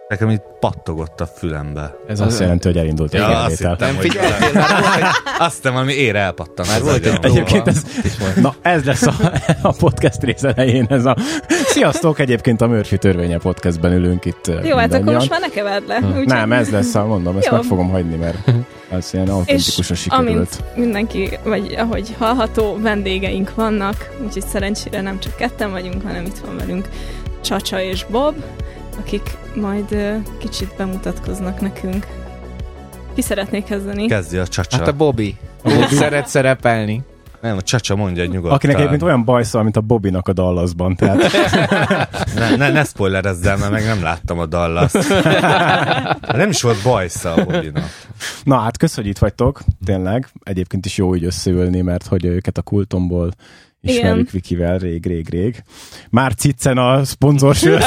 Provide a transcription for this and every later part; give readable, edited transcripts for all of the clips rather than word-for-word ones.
Nekem itt pattogott a fülembe. Ez azt jelenti, hogy elindult egy felvétel. Nem figyeltél, azt hiszem, valami ére elpattant. Már volt egy Egyébként ez lesz a podcast rész elején. Sziasztok, egyébként a Murphy törvénye podcastben ülünk itt. Jó, hát akkor most már ne keverd le. Nem, ez lesz, mondom, ezt meg fogom hagyni, mert ez ilyen autentikusan sikerült. Amint mindenki, vagy ahogy hallható, vendégeink vannak, úgyhogy szerencsére nem csak ketten vagyunk, hanem itt van velünk Csacsa és Bob, akik majd kicsit bemutatkoznak nekünk. Ki szeretnék kezdeni? Kezdje a Csacsa. Hát a Bobby. Úgy szeret szerepelni. Nem, a Csacsa mondja nyugodtan. Akinek egyébként olyan bajszal, mint a Bobbynak a Dallasban. Tehát... ne spoilerezz el, mert meg nem láttam a Dallas-t. Nem is volt bajsza a Bobbynak. Na hát kösz, hogy itt vagytok, tényleg. Egyébként is jó így összeülni, mert hogy őket a Kultomból ismerjük Vikivel rég. Már Ciccen a szponzorsör.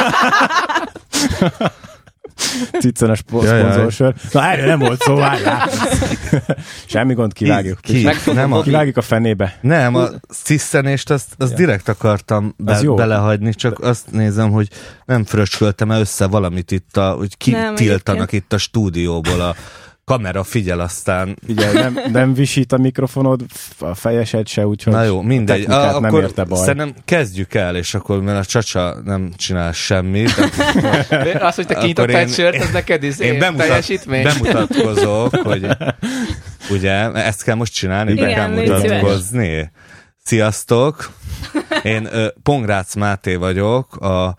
Ciccen a szponzorsör. Na erről nem volt szó, várjál. Semmi gond, kivágjuk. Kivágjuk a fenébe. Nem, a cisszenést azt direkt akartam belehagyni, csak azt nézem, hogy nem fröcsköltem össze valamit itt, hogy kitiltanak itt a stúdióból a kamera, figyel aztán. Ugye, nem visít a mikrofonod, a fejesed se, úgyhogy na jó, mindegy. Nem érte baj. Szerintem kezdjük el, és akkor, mert a Csacsa nem csinál semmit. Az, hogy te kinyitottál egy sört, az neked teljesítmény. Bemutatkozok, hogy ugye, ezt kell most csinálni, be kell mutatkozni. Sziasztok! Én Pongrácz Máté vagyok, a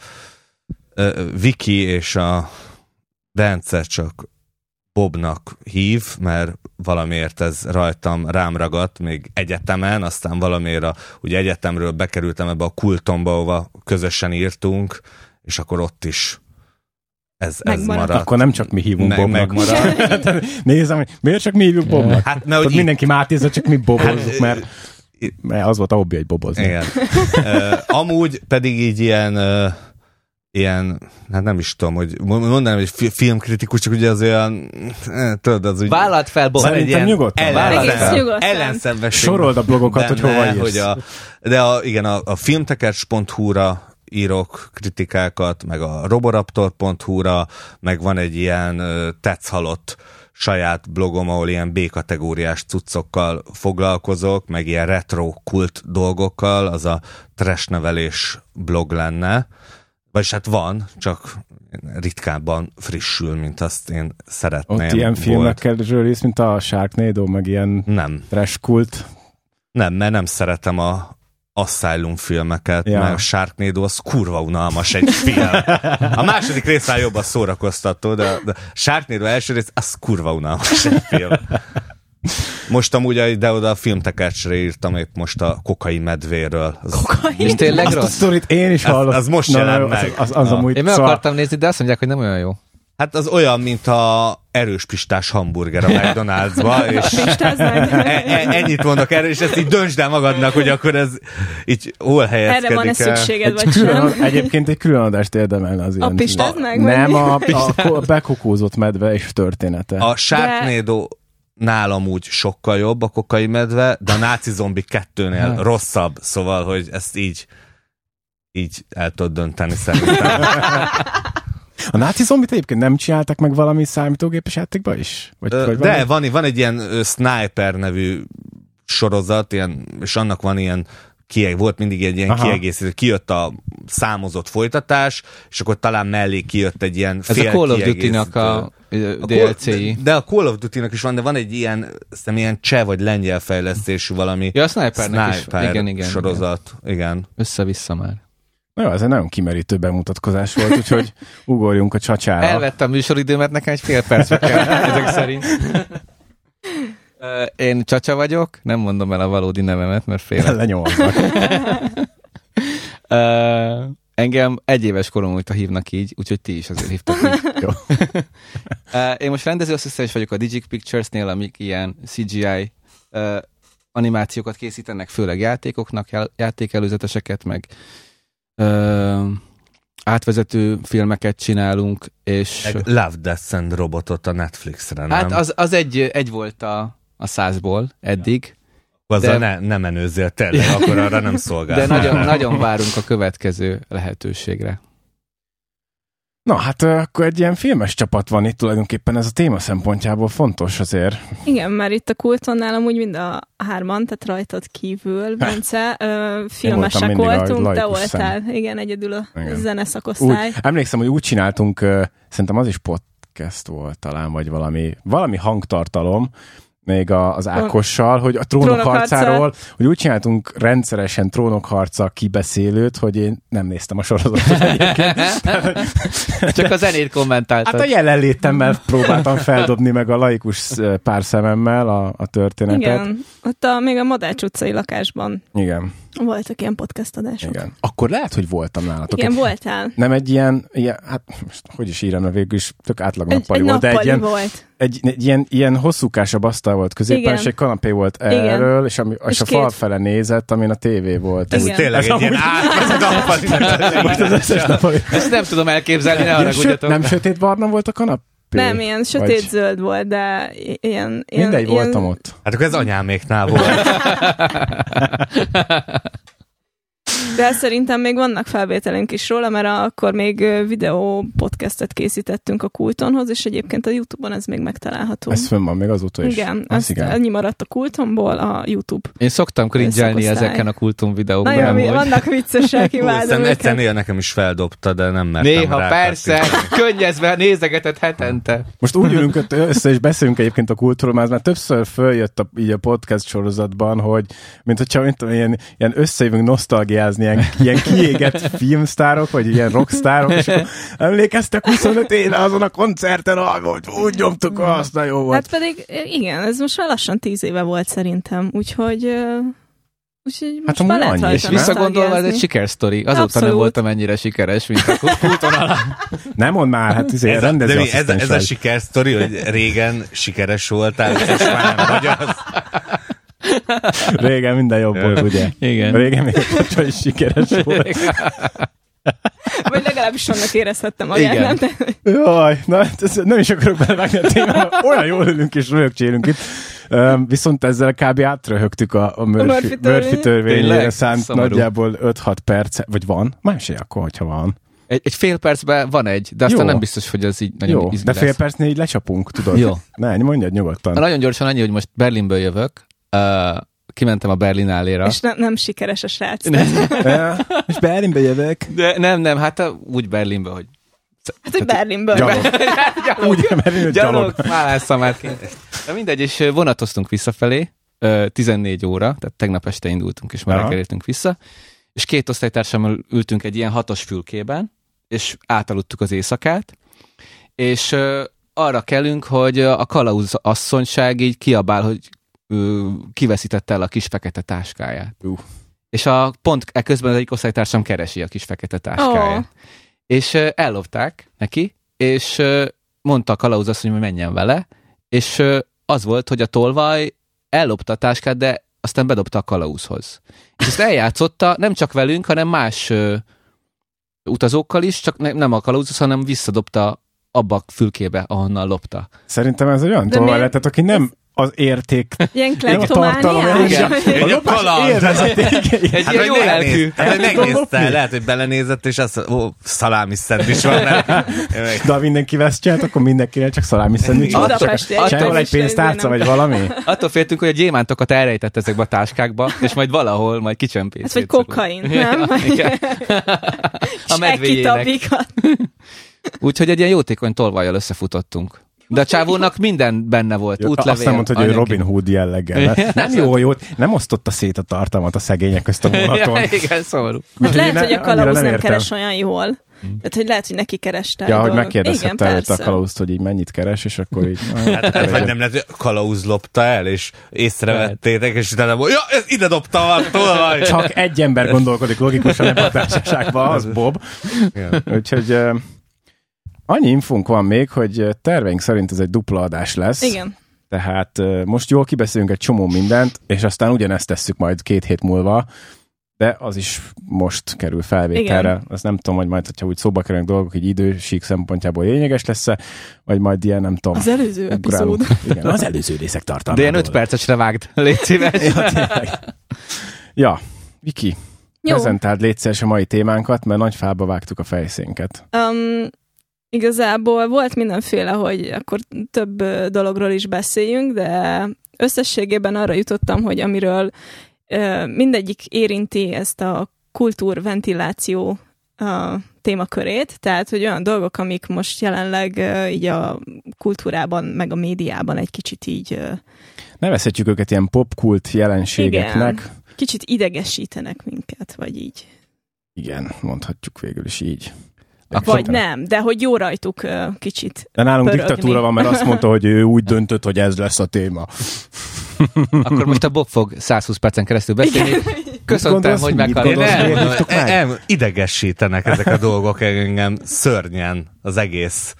Viki és a Bence csak Bobnak hív, mert valamiért ez rám ragadt még egyetemen, aztán valamiért ugye egyetemről bekerültem ebbe a Kultomba, ahova közösen írtunk, és akkor ott is ez maradt. Akkor nem csak mi hívunk Bobnak. Megmaradt. Nézem, hogy miért csak mi hívjuk Bobnak? Hát, mert mindenki Mátézza, csak mi bobozzuk, mert az volt a hobbi, hogy bobozni. Igen. Amúgy pedig így ilyen, hát nem is tudom, hogy mondanám, hogy filmkritikus, csak ugye az olyan, tudod, az úgy... Vállalt fel, Bob. Szerintem nyugodtan. Ellenszenvesség. Sorold a blogokat, hogy hova írsz. Igen, a filmtekercs.hu-ra írok kritikákat, meg a roboraptor.hu-ra, meg van egy ilyen tetszhalott saját blogom, ahol ilyen B-kategóriás cuccokkal foglalkozok, meg ilyen retro kult dolgokkal, az a trash nevelés blog lenne. Vagyis hát van, csak ritkábban frissül, mint azt én szeretném. Ott ilyen filmekkel zsűrisz, mint a Sharknado, meg ilyen trash kult? Nem, mert nem szeretem a Asylum filmeket, mert a Sharknado az kurva unalmas egy film. A második rész már jobban szórakoztató, de Sharknado első rész az kurva unalmas egy film. Most amúgy ide-oda a filmtekercsre írtam épp most a Kokai medvéről. És tényleg rossz? Azt a sztorit én is hallottam. Az most jelent meg. Az amúgy én meg akartam nézni, de azt mondják, hogy nem olyan jó. Hát az olyan, mint a erős pistás hamburger a McDonald'sba, és ennyit mondok erről, és ezt így döntsd el magadnak, hogy akkor ez így hol helyezkedik el. Erre van-e szükséged, vagy sem? Egyébként egy külön adást érdemelne az ilyen. A pistáz meg? Nem, a bekokózott medve és története. A Sharknado nálam úgy sokkal jobb a Kokai medve, de a Náci Zombi 2-nél rosszabb, szóval, hogy ezt így el tudod dönteni szerintem. A Náci Zombit egyébként nem csináltak meg valami számítógépes játékba is? De van egy ilyen Sniper nevű sorozat, és annak van ilyen volt mindig egy ilyen kiegészítő, kijött a számozott folytatás, és akkor talán mellé kijött egy ilyen ez a Call of Duty-nak a DLC-i. De a Call of Duty-nak is van, de van egy ilyen cseh vagy lengyel fejlesztésű valami a Snipernek is. Igen, sorozat. Igen. Össze-vissza már. Na jó, ez egy nagyon kimerítő bemutatkozás volt, úgyhogy ugorjunk a Csacsára. Elvettem a műsoridőmet, nekem egy fél percbe kell, ezek szerint. Én Csacsa vagyok, nem mondom el a valódi nevemet, mert félek. Lenyomoznak. Engem 1 éves korom óta hívnak így, úgyhogy ti is azért hívtak így. Jó. Én most rendezőasszisztens vagyok a Digic Pictures-nél, amik ilyen CGI animációkat készítenek, főleg játékoknak, játékelőzeteseket, meg átvezető filmeket csinálunk, és... Love, Death and Robotot a Netflixre, nem? Hát az egy volt a 100-ból eddig. Azzal nem menőzzél tényleg, akkor arra nem szolgál. De nagyon várunk a következő lehetőségre. Na, hát akkor egy ilyen filmes csapat van itt tulajdonképpen, ez a téma szempontjából fontos azért. Igen, mert itt a Kultonnál amúgy mind a hárman, tehát rajtad kívül, Bence, filmesek voltunk, de voltál, igen, egyedül a zeneszakosztály. Emlékszem, hogy úgy csináltunk, szerintem az is podcast volt talán, vagy valami hangtartalom, még az Ákossal, hogy a Trónok harcáról, hogy úgy csináltunk rendszeresen Trónok harca kibeszélőt, hogy én nem néztem a sorozatot egyébként. Csak a zenét kommentáltad. Hát a jelenlétemmel próbáltam feldobni meg a laikus pár szememmel a történetet. Igen, ott még a Madács utcai lakásban. Igen. Voltak ilyen podcast adások. Igen. Akkor lehet, hogy voltam nálatok. Igen, voltál. Nem egy ilyen hát most hogy is írem, végül is tök átlag nappali volt. De egy ilyen hosszúkásabb asztal volt középen, és egy kanapé volt erről, és a fal fele nézett, amin a tévé volt. Ez tényleg egy ilyen nappali. Ezt nem tudom elképzelni, ne haragudjatok. Nem sötétbarna volt a kanapé? Nem, ilyen sötét-zöld volt, de ilyen... Mindegy, voltam ott. Hát akkor ez anyáméknál volt. De szerintem még vannak felvételünk is róla, mert akkor még videó podcastet készítettünk a Kultonhoz, és egyébként a YouTube-on ez még megtalálható. Ez fönn van még azóta is. Igen, annyi maradt a Kultonból, a YouTube. Én szoktam cringe-elni ezeken a Kulton videókban. Nagyon vannak viccesek, imádom őket. Egyszer nekem is feldobta, de nem mertem néha rá. Persze, könnyezve nézegetett hetente. Most úgy ülünk össze, és beszélünk egyébként a Kultról, már többször följött így a podcast sorozatban, hogy mint hogyha ilyen összejövünk nosztalgiázni, ilyen kiégett filmsztárok, vagy ilyen rockstárok, és akkor emlékeztek 25 éve azon a koncerten, hogy úgy nyomtuk azt, na jó volt. Hát pedig igen, ez most már lassan 10 éve volt szerintem, úgyhogy most már lehet rajta. És visszagondolva, ez egy sikersztori. Azóta abszolút. Nem voltam ennyire sikeres, mint a Kulton alá. Nem mondd már, hát ez a sikersztori, hogy régen sikeres voltál, és már nem vagy az. Régen minden jobb volt, ugye? Igen. Régen még hogy is sikeres volt. Vagy legalábbis annak érezhettem magát, nem? Jaj, na, nem is akarok belevágni a témába. Olyan jól ülünk és röhögcsélünk itt. Viszont ezzel kb. Átröhögtük a Murphy törvényére szánt nagyjából 5-6 perc, vagy van? Másé akkor, hogyha van. Egy fél percben van de aztán nem biztos, hogy az így nagyon jó, de fél percnél így lecsapunk, tudod? Jó. Ne, mondjad nyugodtan. Nagyon gyorsan annyi, hogy most Berlinből jövök, kimentem a Berlinálléra. És nem sikeres a srác. És Berlinbe jövök. De nem, hát úgy Berlinbe, hogy... Hát, hogy Berlinből. Gyalog. Málásszam már ki. De mindegy, és vonatoztunk visszafelé, 14 óra, tehát tegnap este indultunk, és már elkerültünk vissza, és 2 osztálytársammal ültünk egy ilyen 6-os fülkében, és átaludtuk az éjszakát, és arra kellünk, hogy a kalauz asszonyság így kiabál, hogy kiveszítette el a kis fekete táskáját. És pont eközben az egyik osztálytársam keresi a kis fekete táskáját. És ellopták neki, és mondta a kalauz asszony, hogy menjen vele, és az volt, hogy a tolvaj ellopta a táskát, de aztán bedobta a kalauzhoz. És ezt eljátszotta nem csak velünk, hanem más utazókkal is, csak nem a kalauzhoz, hanem visszadobta abba a fülkébe, ahonnan lopta. Szerintem ez olyan tolvaj lett, aki nem az érték. Ilyen kleptomániás. Egy a kaland. Egy ilyen jó lelkű. Megnézte, lehet, hogy belenézett, és azt szalámi szendvics van. De ha mindenki vesz csinállt, akkor mindenkinek csak szalámi szendvics van. Sehol egy pénztárca, vagy valami. Attól féltünk, hogy a gyémántokat elrejtett ezekbe a táskákba, és majd valahol majd kicsempész. Hát vagy kokain, nem? A medvéjének. Úgyhogy egy ilyen jótékony tolvajjal összefutottunk. De a csávónak minden benne volt. Útlevél. Azt nem mondta, hogy Robin Hood jelleggel. Nem jó, nem osztotta szét a tartalmat a szegények közt a vonaton. Igen, szomorú. Lehet, hogy a kalauz nem keres olyan jól. Tehát, hogy lehet, hogy neki kereste. Ja, hogy megkérdezhette előtt a kalauzt, hogy így mennyit keres, és akkor így... Hát, vagy nem lehet, hogy a kalauz lopta el, és észrevettétek, és utána volt, ja, ez ide dobta a tolvaj. Csak egy ember gondolkodik logikusan ebben a társaságban, az Bob. Úgyhogy... Annyi infónk van még, hogy terveink szerint ez egy dupla adás lesz. Igen. Tehát most jól kibeszélünk egy csomó mindent, és aztán ugyanezt tesszük majd 2 hét múlva, de az is most kerül felvételre. Igen. Azt nem tudom, hogy majd, hogyha úgy szóba kerülnek dolgok, hogy idősík szempontjából lényeges lesz-e, vagy majd ilyen, nem tudom. Az előző epizód. Igen, az előző részek tartalmából. De ilyen 5 percesre vágd, légy szíves. Ja, Viki, prezentáld légy szíves a mai témánkat, mert nagy fába vágtuk a fejszénket. Igazából volt mindenféle, hogy akkor több dologról is beszéljünk, de összességében arra jutottam, hogy amiről mindegyik érinti ezt a kultúrventiláció témakörét, tehát, hogy olyan dolgok, amik most jelenleg így a kultúrában, meg a médiában egy kicsit így... Nevezhetjük őket ilyen popkult jelenségeknek. Igen, kicsit idegesítenek minket, vagy így. Igen, mondhatjuk végül is így. Vagy nem, de hogy jó rajtuk kicsit de nálunk pörögni. diktatúra van, mert azt mondta, hogy ő úgy döntött, hogy ez lesz a téma. Akkor most a Bob fog 120 percen keresztül beszélni. Köszöntem, hogy meghallgattál. Idegesítenek ezek a dolgok engem szörnyen, az egész.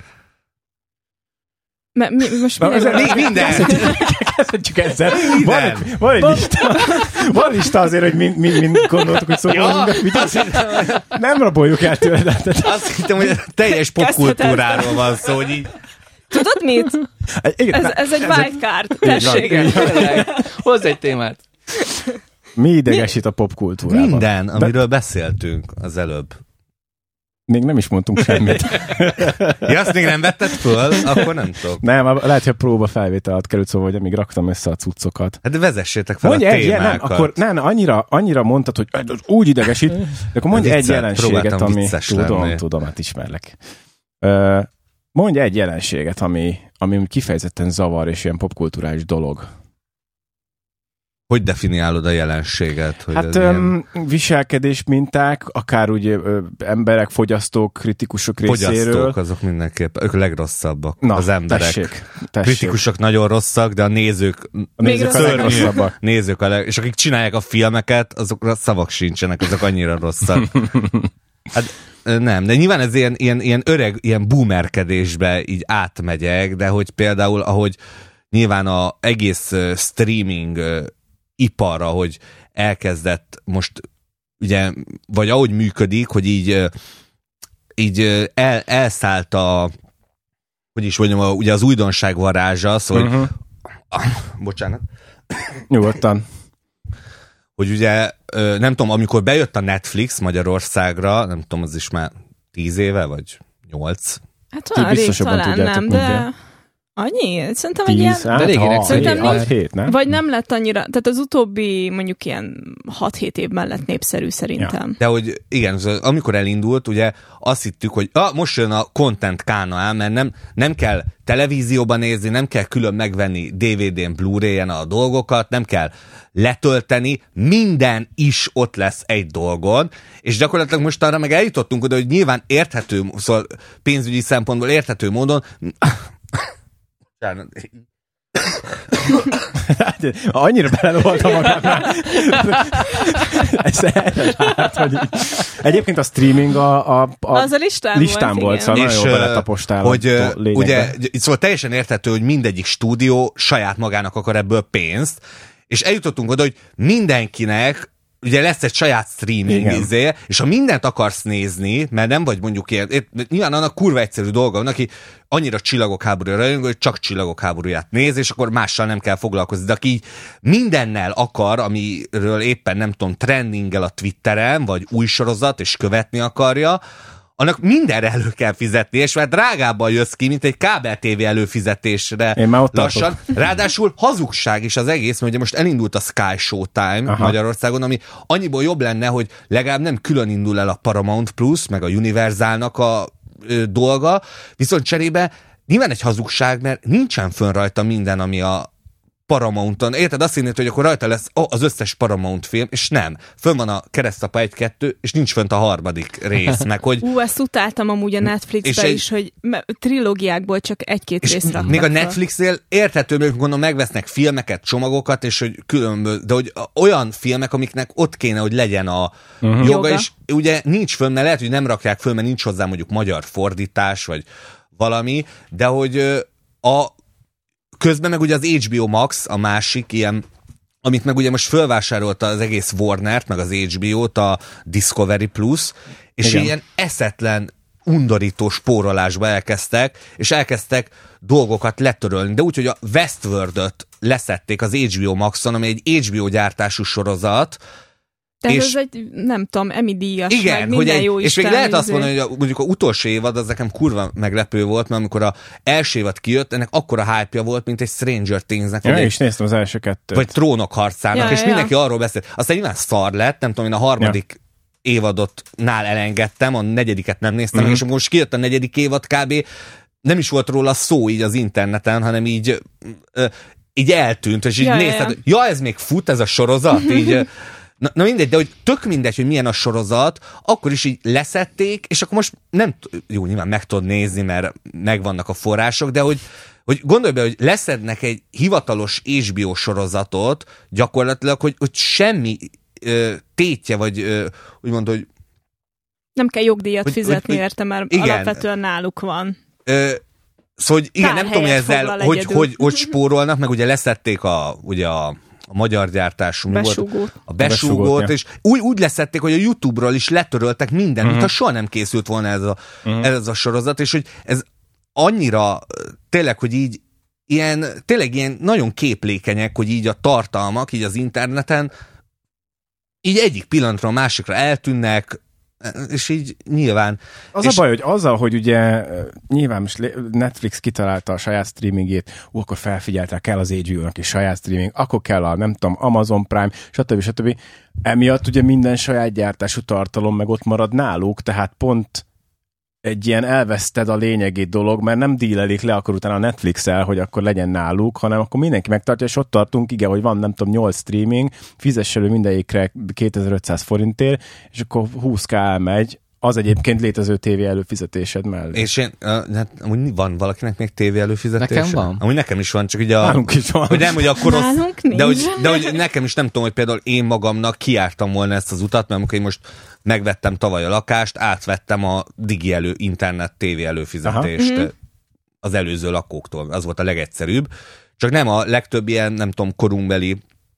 Most minden. Kezdhetjük ezzel. Van egy lista. Van lista azért, hogy mind gondoltuk, hogy szólunk. Nem raboljuk el tőled. Azt hittem, hogy teljes popkultúráról van szó, hogy így... Tudod mit? Ez egy wildcard. Tessék. Hozz egy témát. Mi idegesít a popkultúrában? Minden, amiről beszéltünk az előbb. Még nem is mondtunk semmit. Ja, azt még nem vetted föl? Akkor nem tudok. Nem, lehet, hogy a próba felvétel alatt került, szóval, hogy amíg raktam össze a cuccokat. Hát vezessétek fel mondj a témákat. Nem, akkor annyira mondtad, hogy úgy idegesít, de akkor mondj egy jelenséget, ami... Tudom, hát ismerlek. Mondj egy jelenséget, ami kifejezetten zavar, és ilyen popkulturális dolog. Hogy definiálod a jelenséget? Hogy hát viselkedés minták, akár úgy emberek, fogyasztók, kritikusok részéről. Fogyasztók azok mindenképpen, ők a legrosszabbak. Az emberek. Tessék. Kritikusok nagyon rosszak, de a nézők a legrosszabbak. Nézők és akik csinálják a filmeket, azokra szavak sincsenek, azok annyira rosszak. Hát nem, de nyilván ez ilyen öreg, ilyen boomerkedésbe így átmegyek, de hogy például, ahogy nyilván az egész streaming iparra, hogy elkezdett most, ugye, vagy ahogy működik, hogy így elszállt hogy is mondjam, ugye az újdonság varázsa, szóval, bocsánat. Nyugodtan. Hogy ugye, nem tudom, amikor bejött a Netflix Magyarországra, nem tudom, az is már 10 éve, vagy 8. Hát olyan rég talán nem, de... Annyi? Szerintem egy ilyen... De régen 7, nem? Vagy nem lett annyira... Tehát az utóbbi mondjuk ilyen 6-7 évben lett népszerű szerintem. Ja. De hogy igen, amikor elindult, ugye azt hittük, hogy most jön a content kánoán, mert nem kell televízióban nézni, nem kell külön megvenni DVD-n, Blu-ray-en a dolgokat, nem kell letölteni, minden is ott lesz egy dolgon, és gyakorlatilag most arra meg eljutottunk oda, hogy nyilván érthető, szóval pénzügyi szempontból érthető módon annyira belelolta magát már. Hogy egyébként a streaming az a listán volt, szóval nagyon jól beletapostál. Hogy ugye, szóval teljesen érthető, hogy mindegyik stúdió saját magának akar ebből pénzt, és eljutottunk oda, hogy mindenkinek ugye lesz egy saját streaming izéje, és ha mindent akarsz nézni, mert nem vagy mondjuk ilyen, nyilván annak kurva egyszerű dolga van, aki annyira Csillagok háborúja rajongó, hogy csak Csillagok háborúját néz, és akkor mással nem kell foglalkozni. De aki így mindennel akar, amiről éppen nem tudom, trendingel a Twitteren, vagy új sorozat, és követni akarja, annak mindenre elő kell fizetni, és már drágábban jössz ki, mint egy kábel TV előfizetésre lassan. Ráadásul hazugság is az egész, mert ugye most elindult a Sky Showtime Magyarországon, ami annyiból jobb lenne, hogy legalább nem külön indul el a Paramount Plus, meg a Universalnak a dolga, viszont cserébe nyilván egy hazugság, mert nincsen fönn rajta minden, ami a Paramounton. Érted? Azt hinnéd, hogy akkor rajta lesz az összes Paramount film, és nem. Fönn van a Keresztapa 1-2, és nincs fönt a harmadik rész. Meg, hogy... ezt utáltam amúgy a Netflixbe is, hogy trilógiákból csak 1-2 részt raknak. Még a Netflixnél érthető, hogy gondolom megvesznek filmeket, csomagokat, és hogy különböző, de hogy olyan filmek, amiknek ott kéne, hogy legyen a joga, és ugye nincs fönn, mert lehet, hogy nem rakják föl, mert nincs hozzá mondjuk magyar fordítás, vagy valami, de hogy közben meg ugye az HBO Max, a másik ilyen, amit meg ugye most fölvásárolta az egész Warner-t, meg az HBO-t, a Discovery Plus, és ilyen eszetlen, undorító spórolásba elkezdtek, és elkezdtek dolgokat letörölni. De úgy, hogy a Westworld-öt leszették az HBO Maxon, ami egy HBO gyártású sorozat, Tehát ez egy, nem tudom, Emmy díjas, igen, meg minden jó és még lehet azt mondani, hogy mondjuk az utolsó évad az nekem kurva meglepő volt, mert amikor az első évad kijött, ennek akkora hype-ja volt, mint egy Stranger Things-nek. Ja, is néztem az első kettőt. Vagy Trónok harcának, és mindenki arról beszélt. Aztán nyilván szar lett, nem tudom, én a harmadik évadotnál elengedtem, a negyediket nem néztem, és most kijött a negyedik évad kb. Nem is volt róla szó így az interneten, hanem így eltűnt, és így nézted, hogy ez még fut, ez a sorozat, így... Na mindegy, de hogy tök mindegy, hogy milyen a sorozat, akkor is így leszették, és akkor most nem, jó, nyilván meg tudod nézni, mert megvannak a források, de hogy gondolj be, hogy leszednek egy hivatalos HBO sorozatot, gyakorlatilag, hogy semmi tétje, vagy úgymond, hogy... Nem kell jogdíjat fizetni érte, mert igen, alapvetően náluk van. Szóval, hogy igen, nem tudom, hogy ezzel hogy spórolnak, meg ugye leszették a magyar gyártású besúgót, és úgy leszették, hogy a YouTube-ról is letöröltek mindent, mintha soha nem készült volna ez a sorozat, és hogy ez annyira tényleg, hogy így tényleg ilyen nagyon képlékenyek, hogy így a tartalmak, így az interneten így egyik pillanatról a másikra eltűnnek, és így nyilván... Az a baj, hogy azzal, hogy ugye nyilván most Netflix kitalálta a saját streamingét, akkor felfigyeltek, kell az HBO-nak is saját streaming, akkor kell a, nem tudom, Amazon Prime, stb. Emiatt ugye minden saját gyártású tartalom meg ott marad náluk, tehát pont egy ilyen elveszted a lényegi dolog, mert nem dílelik le akkor utána a Netflix-el, hogy akkor legyen náluk, hanem akkor mindenki megtartja, és ott tartunk, igen, hogy van, nem tudom, 8 streaming, fizess elő mindegyikre 2500 forintért, és akkor 20k elmegy, az egyébként létező tévé előfizetésed mellé. És hát amúgy van valakinek még tévé előfizetése? Nekem van. Amúgy nekem is van, csak ugye nálunk is van. Hogy nem, hogy akkor de hogy nekem is nem tudom, hogy például én magamnak kijártam volna ezt az utat, mert amikor én most megvettem tavaly a lakást, átvettem a digi internet tévé előfizetést az előző lakóktól. Az volt a legegyszerűbb. Csak nem a legtöbb ilyen, nem tudom, korunkbeli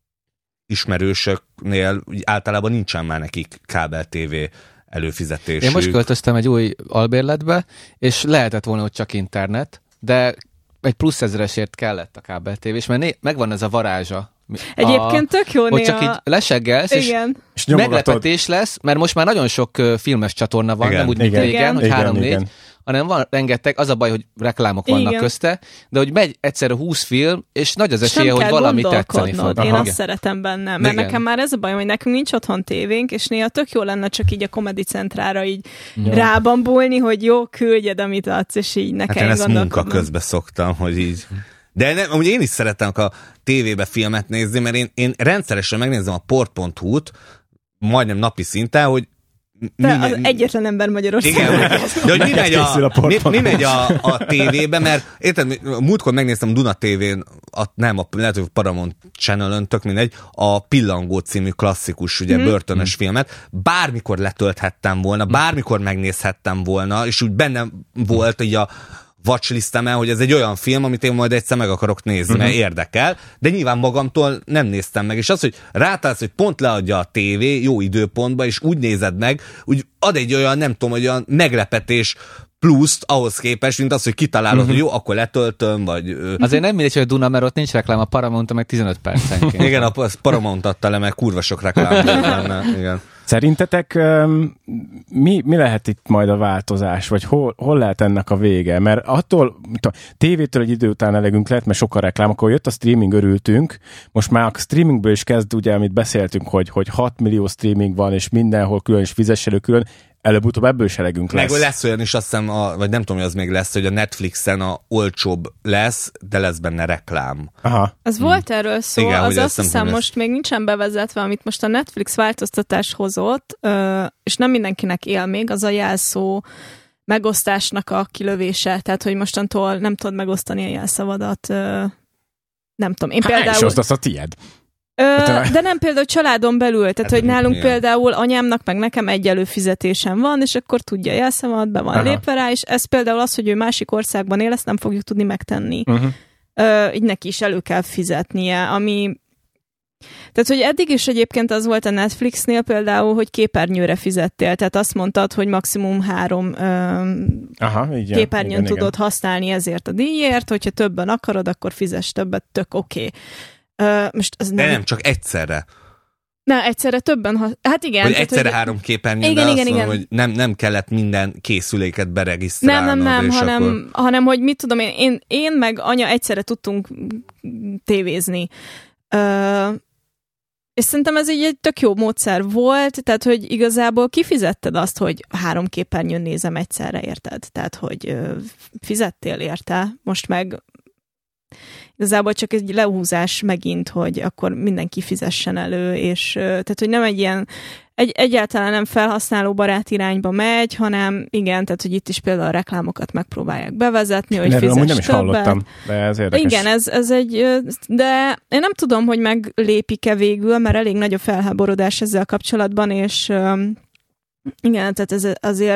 ismerősöknél általában nincsen már nekik kábel tévé előfizetésük. Én most költöztem egy új albérletbe, és lehetett volna, hogy csak internet, de egy plusz ezeresért kellett a kábel tévés, mert megvan ez a varázsa. Egyébként tök jó hogy csak így leseggelsz, és meglepetés lesz, mert most már nagyon sok filmes csatorna van, nem úgy, mint régen, hogy 3-4, hanem van rengeteg, az a baj, hogy reklámok vannak közte, de hogy megy egyszerre 20 film, és nagy az esélye, hogy valami tetszeni fog. Én azt szeretem benne, mert nekem már ez a baj, hogy nekünk nincs otthon tévénk, és néha tök jó lenne csak így a Comedy Centrára így rábambulni, hogy jó, küldjed, amit adsz, és így ne kell gondolkodnom. Hát én ezt munka közben szoktam, hogy így... De nem, amúgy én is szeretem a tévébe filmet nézni, mert én rendszeresen megnézem a port.hu-t, majdnem napi szinten, hogy az egyetlen ember Magyarországon. Igen, de hogy mi megy a tévébe, mert érted, múltkor megnéztem Duna TV-n, lehet, hogy Paramount Channel-ön, tök mindegy, a Pillangó című klasszikus, ugye börtönös filmet, bármikor letölthettem volna, bármikor megnézhettem volna, és úgy benne volt így a watchlistemen, hogy ez egy olyan film, amit én majd egyszer meg akarok nézni, mert érdekel, de nyilván magamtól nem néztem meg. És az, hogy rátalálsz, hogy pont leadja a tévé jó időpontba, és úgy nézed meg, úgy ad egy olyan, nem tudom, olyan meglepetés pluszt ahhoz képest, mint az, hogy kitalálod, hogy jó, akkor letöltöm, vagy... Azért nem mindegy, hogy a Duna, mert ott nincs reklám, a Paramount meg 15 percenként. Igen, a Paramount adta le, mert kurva sok reklám lenne. Igen. Szerintetek mi lehet itt majd a változás, vagy hol lehet ennek a vége? Mert attól, a tévétől egy idő után elegünk lehet, mert sokkal reklám, akkor jött a streaming, örültünk, most már a streamingből is kezd, ugye, amit beszéltünk, hogy 6 millió streaming van, és mindenhol külön, és fizess elő külön, előbb-utóbb ebből is elegünk lesz. Meg lesz olyan is, azt hiszem, vagy nem tudom, hogy az még lesz, hogy a Netflixen a olcsóbb lesz, de lesz benne reklám. Aha. Az volt erről szó, igen, az azt hiszem most még nincsen bevezetve, amit most a Netflix változtatás hozott, és nem mindenkinek él még, az a jelszó megosztásnak a kilövése, tehát hogy mostantól nem tudod megosztani a jelszavadat, nem tudom. Én például... És osztasz a tied. De nem például családon belül, tehát hogy nálunk például anyámnak meg nekem egy előfizetésem van, és akkor tudja a jelszavamat, be van lépve rá, és ez például az, hogy ő másik országban él, ezt nem fogjuk tudni megtenni. Így neki is elő kell fizetnie, ami... Tehát, hogy eddig is egyébként az volt a Netflixnél például, hogy képernyőre fizettél, tehát azt mondtad, hogy maximum 3 képernyőn tudod használni ezért a díjért, hogyha többen akarod, akkor fizess többet, tök oké. Most az nem csak egyszerre. Na, egyszerre többen, hát igen. Hogy tehát, egyszerre 3 képernyőn, de azt mondom, hogy nem kellett minden készüléket beregisztrálnod. Nem, hanem hogy mit tudom én meg anya egyszerre tudtunk tévézni. És szerintem ez így egy tök jó módszer volt, tehát hogy igazából kifizetted azt, hogy 3 képernyőn nézem egyszerre, érted? Tehát, hogy fizettél érte, most meg igazából csak egy lehúzás megint, hogy akkor mindenki fizessen elő, és tehát, hogy nem egy ilyen, egyáltalán nem felhasználóbarát irányba megy, hanem igen, tehát, hogy itt is például a reklámokat megpróbálják bevezetni, hogy fizess nem is többet. hallottam, de ez érdekes. Igen, ez egy, de én nem tudom, hogy meglépik-e végül, mert elég nagy a felháborodás ezzel kapcsolatban, és igen, tehát ez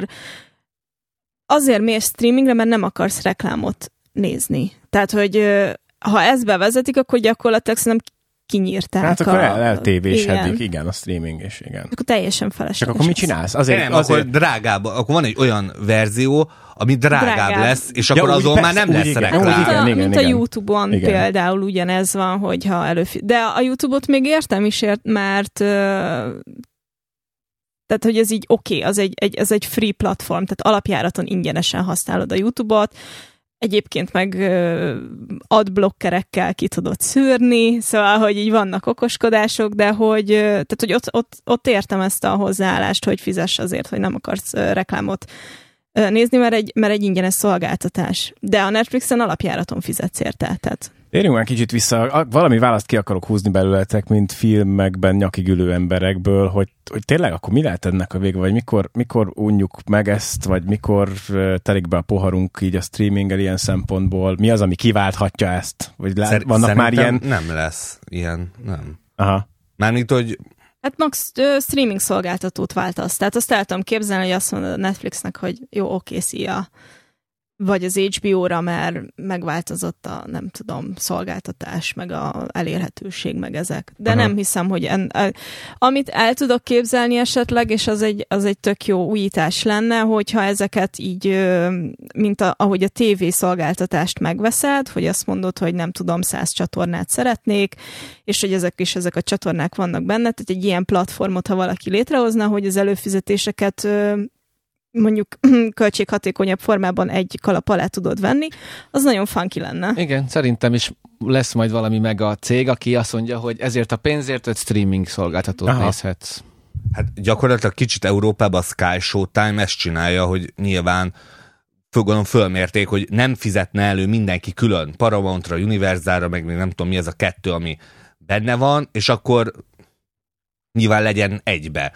azért mész streamingre, mert nem akarsz reklámot nézni. Tehát, hogy ha ezt bevezetik, akkor gyakorlatilag szerintem kinyírták. Hát akkor eltévésedik, igen, a streaming is, igen. Akkor teljesen felesleges. Csak akkor mit csinálsz? Azért... akkor drágább, akkor van egy olyan verzió, ami drágább lesz, és akkor azon már nem lesz reklám. Mint a YouTube-on például ugyanez van, hogyha de a YouTube-ot még értem is, mert tehát, hogy ez így oké, ez egy free platform, tehát alapjáraton ingyenesen használod a YouTube-ot, egyébként meg adblockerekkel ki tudod szűrni, szóval, hogy így vannak okoskodások, de hogy, tehát, hogy ott értem ezt a hozzáállást, hogy fizess azért, hogy nem akarsz reklámot nézni, mert egy ingyenes szolgáltatás. De a Netflixen alapjáraton fizetsz érte, tehát... Térjünk már kicsit vissza, valami választ ki akarok húzni belőletek, mint filmekben nyakig ülő emberekből, hogy tényleg akkor mi lehet ennek a vége, vagy mikor unjuk meg ezt, vagy mikor telik be a poharunk így a streaminggel ilyen szempontból, mi az, ami kiválthatja ezt? Vagy vannak már ilyen... nem lesz ilyen, nem. Aha. Mármint, hogy... Hát max streaming szolgáltatót váltasz, tehát azt el tudom képzelni, hogy azt mondod a Netflixnek, hogy jó, oké, szia, vagy az HBO-ra, mert megváltozott a, nem tudom, szolgáltatás, meg a elérhetőség, meg ezek. De nem hiszem, hogy amit el tudok képzelni esetleg, és az egy tök jó újítás lenne, hogyha ezeket így, mint ahogy a TV szolgáltatást megveszed, hogy azt mondod, hogy nem tudom, 100 csatornát szeretnék, és hogy ezek a csatornák vannak benne, tehát egy ilyen platformot, ha valaki létrehozna, hogy az előfizetéseket mondjuk költséghatékonyabb formában egy kalap alá tudod venni, az nagyon funky lenne. Igen, szerintem is lesz majd valami meg a cég, aki azt mondja, hogy ezért a pénzért egy streaming szolgáltatót nézhetsz. Hát gyakorlatilag kicsit Európában a Sky Showtime ezt csinálja, hogy nyilván fölmérték, hogy nem fizetne elő mindenki külön Paramountra, Universalra, meg nem tudom mi ez a 2, ami benne van, és akkor nyilván legyen egybe.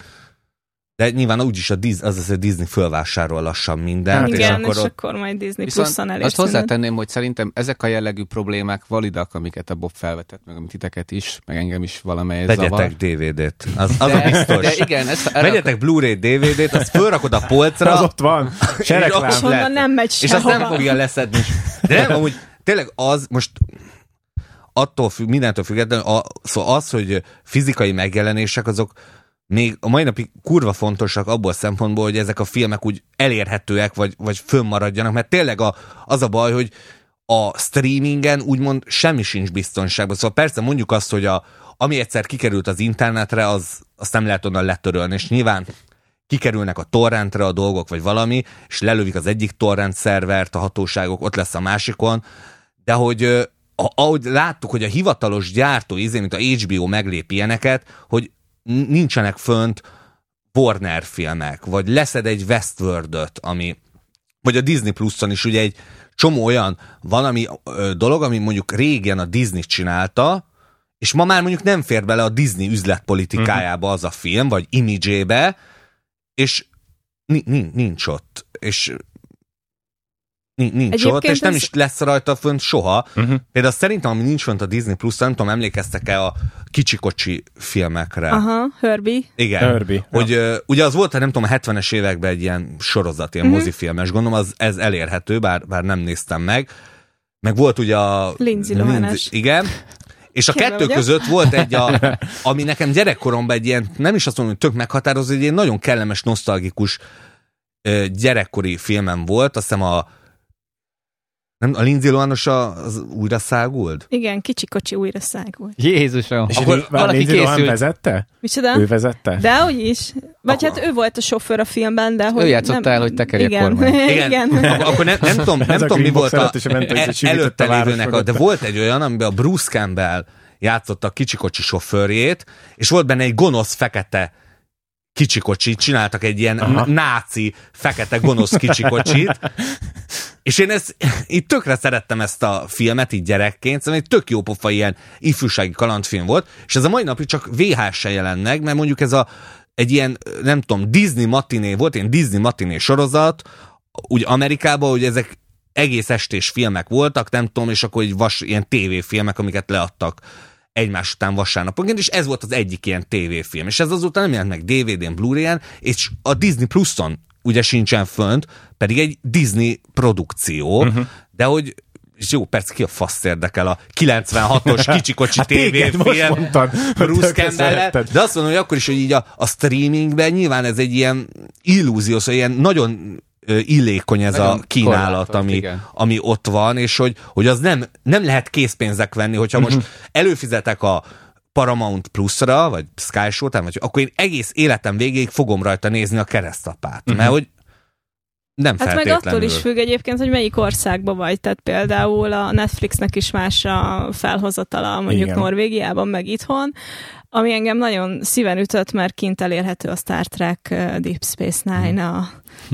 De nyilván úgyis a Disney fölvásárol lassan mindent. Igen, és akkor majd Disney Pluszon elérsz. Azt hozzátenném, hogy szerintem ezek a jellegű problémák validak, amiket a Bob felvetett, meg amit titeket is, meg engem is valamelyes zavar. Vegyetek DVD-t, az a biztos. De igen, vegyetek Blu-ray DVD-t, azt fölrakod a polcra. Az ott van, se reklám. És onnan nem megy sehova. És azt nem fogja leszedni. De nem, amúgy tényleg az most attól függ, mindentől függetlenül, szóval az, hogy fizikai megjelenések, azok még a mai napig kurva fontosak abból a szempontból, hogy ezek a filmek úgy elérhetőek, vagy fönnmaradjanak, mert tényleg az a baj, hogy a streamingen úgymond semmi sincs biztonságban. Szóval persze mondjuk azt, hogy ami egyszer kikerült az internetre, azt nem lehet onnan letörölni, és nyilván kikerülnek a torrentre a dolgok, vagy valami, és lelövik az egyik torrent szervert, a hatóságok, ott lesz a másikon, de hogy ahogy láttuk, hogy a hivatalos gyártó, mint a HBO meglép ilyeneket, hogy nincsenek fönt Warner filmek, vagy leszed egy Westworld-öt, vagy a Disney Pluszon is ugye egy csomó olyan valami dolog, ami mondjuk régen a Disney csinálta, és ma már mondjuk nem fér bele a Disney üzletpolitikájába az a film, vagy image-ébe, és nincs ott. És nincs ott, és nem is lesz rajta fönt soha. Például szerintem, ami nincs fönt a Disney Plus, nem tudom, emlékeztek-e a kicsikocsi filmekre? Aha, Herbie. Igen. Herbie. Hogy ugye az volt, nem tudom, a 70-es években egy ilyen sorozat, ilyen mozifilmes, gondolom, ez elérhető, bár nem néztem meg. Meg volt ugye a... Lindsay Lohan-es. Igen. És a kettő között volt egy, ami nekem gyerekkoromban egy ilyen, nem is azt mondom, hogy tök meghatározó, egy ilyen nagyon kellemes, nosztalgikus gyerekkori filmem volt, azt hiszem Nem, a Lindsay Lohan-os az újra száguld? Igen, kicsi-kocsi újra szágult. Jézusom. És akkor valaki készült. Vezette? Micsoda? Ő vezette? Dehogy is. Vagy hát ő volt a sofőr a filmben, de... Ő játszott el, hogy tekerje kormány. Igen. Akkor nem tudom mi volt előtte lévőnek, de volt egy olyan, amiben a Bruce Campbell játszotta a kicsikocsi sofőrjét, és volt benne egy gonosz fekete kicsikocsit, csináltak egy ilyen náci, fekete, gonosz kicsikocsit, és én így tökre szerettem ezt a filmet így gyerekként, szóval egy tök jó pofa ilyen ifjúsági kalandfilm volt, és ez a mai napig csak VHS-en jelent meg, mert mondjuk ez egy ilyen, nem tudom, Disney matiné volt, ilyen Disney matiné sorozat, úgy Amerikában, hogy ezek egész estés filmek voltak, nem tudom, és akkor ilyen tévéfilmek, amiket leadtak egymás után vasárnaponként, és ez volt az egyik ilyen tévéfilm. És ez azóta nem jelent meg DVD-n, Blu-ray-en, és a Disney Plus-on ugye sincsen fönt, pedig egy Disney produkció, de hogy és jó, persze ki a fasz érdekel a 96-os kicsikocsi tévéfilm Bruce Campbell-el, de azt mondom, hogy akkor is, hogy így a streamingben nyilván ez egy ilyen illúzió, szóval ilyen nagyon illékony ez nagyon a kínálat, ami ott van, és hogy az nem lehet készpénzek venni, hogyha most előfizetek a Paramount Plus-ra, vagy Sky Showtime, vagy akkor én egész életem végéig fogom rajta nézni a Keresztapát, mert hogy nem hát feltétlenül. meg attól is függ egyébként, hogy melyik országban vagy, tehát például a Netflixnek is más a felhozatala mondjuk igen. Norvégiában, meg itthon, ami engem nagyon szíven ütött, mert kint elérhető a Star Trek Deep Space Nine a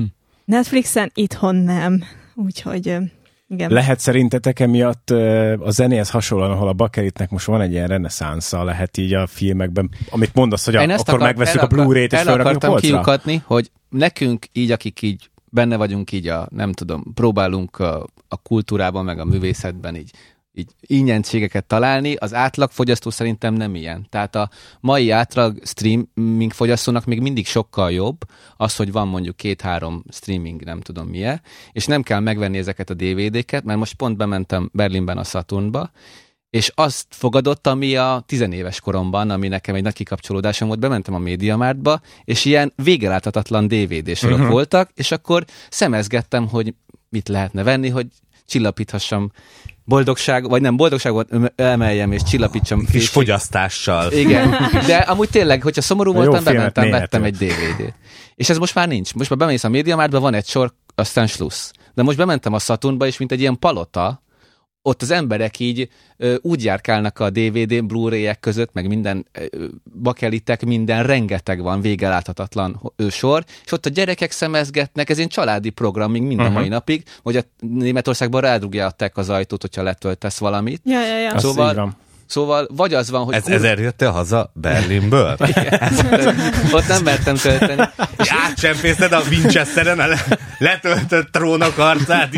Netflixen, itthon nem. Úgyhogy igen. Lehet szerintetek emiatt a zenéhez hasonlóan, ahol a bakelitnek most van egy ilyen reneszánsza, lehet így a filmekben, amit mondasz, hogy akkor megveszünk a Blu-ray-t és felrakjuk a polcra? El akartam kiukatni, hogy nekünk így, akik így benne vagyunk így nem tudom, próbálunk a kultúrában, meg a művészetben így ingyenségeket találni, az átlag fogyasztó szerintem nem ilyen. Tehát a mai átlag streaming fogyasztónak még mindig sokkal jobb az, hogy van mondjuk 2-3 streaming, nem tudom milyen, és nem kell megvenni ezeket a DVD-ket, mert most pont bementem Berlinben a Saturnba, és azt fogadott, ami a 10 éves koromban, ami nekem egy nagy kikapcsolódásom volt, bementem a MediaMarktba, és ilyen végeláthatatlan DVD-sorok voltak, és akkor szemezgettem, hogy mit lehetne venni, hogy csillapíthassam boldogság, vagy nem boldogságot emeljem, és csillapítsam. Kis fogyasztással. Igen, de amúgy tényleg, hogyha szomorú voltam, bementem, vettem egy DVD-t. És ez most már nincs. Most már bemész a MediaMarktba, van egy sor, aztán slusz. De most bementem a Saturnba, és mint egy ilyen palota, ott az emberek így úgy járkálnak a DVD, Blu-ray-ek között, meg minden bakelitek, minden rengeteg van, végeláthatatlan sor, és ott a gyerekek szemezgetnek, ez egy családi program még minden mai napig, hogy a Németországban rádrugják az ajtót, hogyha letöltesz valamit. Ja. Szóval vagy az van, hogy... Ezért jöttél haza Berlinből? Ott nem mertem tölteni. És átcsempészted a Winchesteren a letöltött trónok arcát.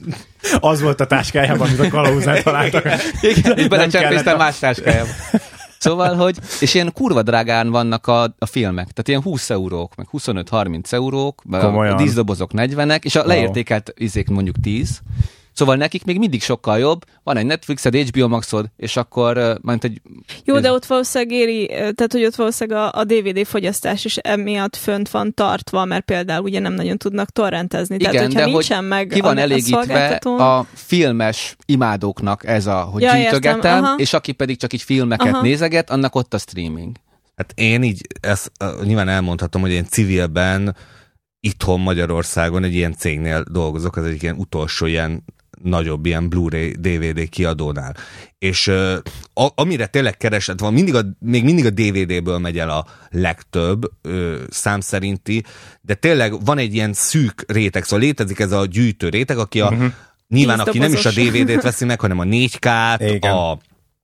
Az volt a táskájában, amit a kalauzán találtak. Igen, és belecsempésztem más táskájában. Szóval, hogy... És ilyen kurva drágán vannak a filmek. Tehát ilyen 20 eurók, meg 25-30 eurók, a díszdobozok 40-ek, és a leértékelt izék mondjuk 10. Szóval nekik még mindig sokkal jobb, van egy Netflixed, HBO Maxod, és akkor majd egy... Jó, de ott valószínűleg éri, tehát hogy ott valószínűleg a DVD fogyasztás is emiatt fönt van tartva, mert például ugye nem nagyon tudnak torrentezni. Igen, tehát hogyha de nincsen meg ki van elégítve a filmes imádóknak ez hogy gyűjtögetem, és aki pedig csak így filmeket nézeget, annak ott a streaming. Hát én így, ezt nyilván elmondhatom, hogy én civilben itthon Magyarországon egy ilyen cégnél dolgozok, az egy ilyen utolsó ilyen nagyobb ilyen Blu-ray DVD kiadónál. És amire tényleg kereslet van, még mindig a DVD-ből megy el a legtöbb szám szerinti, de tényleg van egy ilyen szűk réteg, szóval létezik ez a gyűjtő réteg, aki nyilván aki nem is a DVD-t veszi meg, hanem a 4K-t,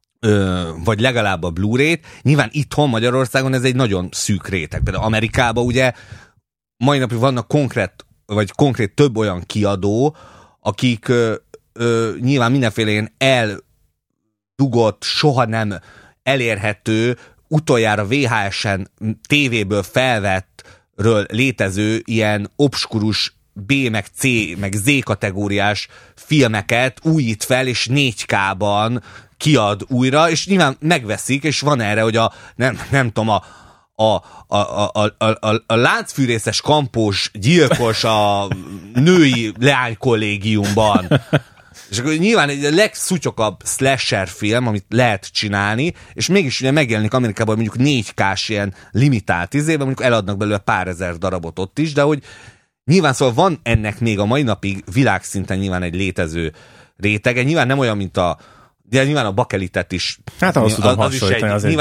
vagy legalább a Blu-ray-t. Nyilván itthon Magyarországon ez egy nagyon szűk réteg. Például Amerikában ugye mai napig vannak konkrét több olyan kiadó, akik nyilván mindenféle ilyen eldugott, soha nem elérhető, utoljára VHS-en tévéből felvettről létező ilyen obskurus B, meg C, meg Z kategóriás filmeket újít fel, és 4K-ban kiad újra, és nyilván megveszik, és van erre, hogy nem tudom, a láncfűrészes kampós gyilkos a női leánykollégiumban És akkor nyilván egy legszutyokabb slasher film, amit lehet csinálni, és mégis ugye megjelenik Amerikában mondjuk 4K-s ilyen limitált izében, mondjuk eladnak belőle pár ezer darabot ott is, de hogy nyilván szóval van ennek még a mai napig világszinten nyilván egy létező rétege, nyilván nem olyan, mint de nyilván a bakelitet is. Hát ahhoz tudom hasonlítani, az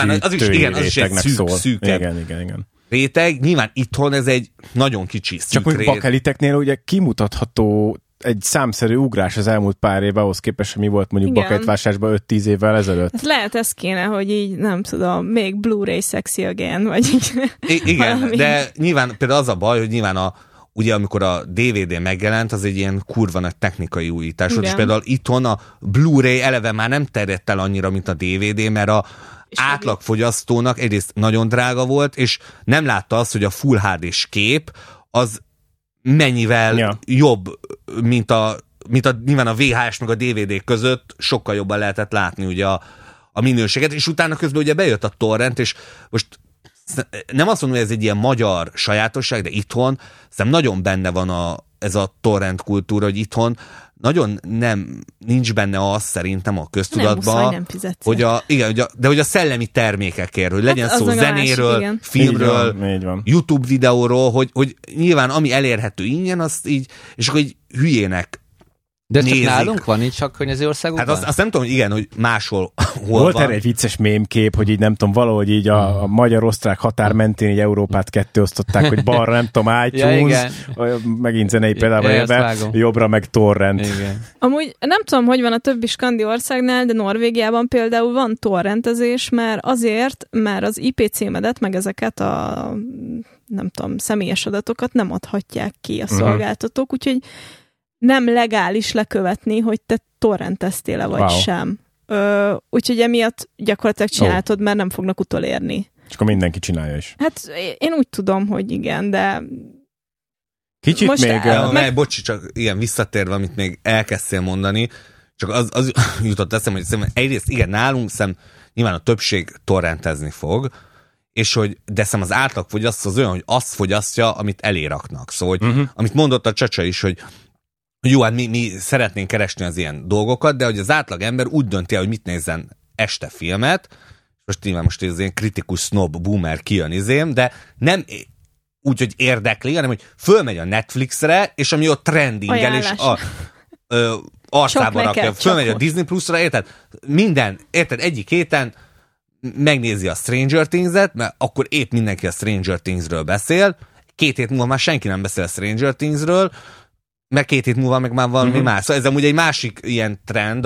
is egy szűkebb igen. réteg. Nyilván itthon ez egy nagyon kicsi szűk csak úgy bakeliteknél ugye kimutatható egy számszerű ugrás az elmúlt pár évben, ahhoz képest, mi volt mondjuk bakelitvásárban 5-10 évvel ezelőtt. Hát lehet ez kéne, hogy így nem tudom, még Blu-ray sexy again, vagy így. Igen, valami. De nyilván például az a baj, hogy nyilván ugye amikor a DVD megjelent, az egy ilyen kurva nagy technikai újítás volt, és például itthon a Blu-ray eleve már nem terjedt el annyira, mint a DVD, mert a átlagfogyasztónak egyrészt nagyon drága volt, és nem látta azt, hogy a Full HD-s kép az mennyivel jobb, mint nyilván a VHS meg a DVD között sokkal jobban lehetett látni ugye a minőséget, és utána közben ugye bejött a torrent, és most nem azt mondom, hogy ez egy ilyen magyar sajátosság, de itthon szerintem nagyon benne van ez a torrent kultúra, hogy itthon nagyon nincs benne az szerintem a köztudatban, hogy hogy a szellemi termékekért, hogy legyen szó zenéről, filmről, így van. YouTube videóról, hogy nyilván ami elérhető ingyen, azt így, és akkor így hülyének de csak nálunk van, így csak környező országokban? Hát azt nem tudom, hogy igen, hogy máshol volt van. Erre egy vicces mémkép, hogy így nem tudom, valahogy így a magyar-osztrák határ mentén így Európát ketté osztották, hogy balra nem tudom, iTunes, megint zenei példával élve, jobbra meg torrent. Igen. Amúgy nem tudom, hogy van a többi skandi országnál, de Norvégiában például van torrentezés, mert az IP címedet, meg ezeket a nem tudom, személyes adatokat nem adhatják ki a szolgáltatók, úgyhogy nem legális lekövetni, hogy te torrenteztél-e vagy sem. Úgyhogy emiatt gyakorlatilag csináltad, mert nem fognak utolérni. És akkor mindenki csinálja is. Hát én úgy tudom, hogy igen, de kicsit most még... Bocsi, csak igen, visszatérve, amit még elkezdtél mondani, csak az jutott eszembe, hogy egyrészt igen, nálunk nyilván a többség torrentezni fog, és hogy de az átlagfogyasztó az olyan, hogy azt fogyasztja, amit eléraknak. Szóval, hogy, amit mondott a Csacsa is, hogy jó, hát mi szeretnénk keresni az ilyen dolgokat, de hogy az átlag ember úgy dönti el, hogy mit nézzen este filmet, most ez ilyen kritikus snob boomer kijön izém, de nem úgy, hogy érdekli, hanem hogy fölmegy a Netflixre, és ami ott trendingel, és arcában rakja, fölmegy a Disney Plus-ra, érted? Egyik héten megnézi a Stranger Things-et, mert akkor épp mindenki a Stranger Things-ről beszél, 2 hét múlva már senki nem beszél a Stranger Things-ről, meg 2 hét múlva meg már valami más. Szóval ez amúgy egy másik ilyen trend,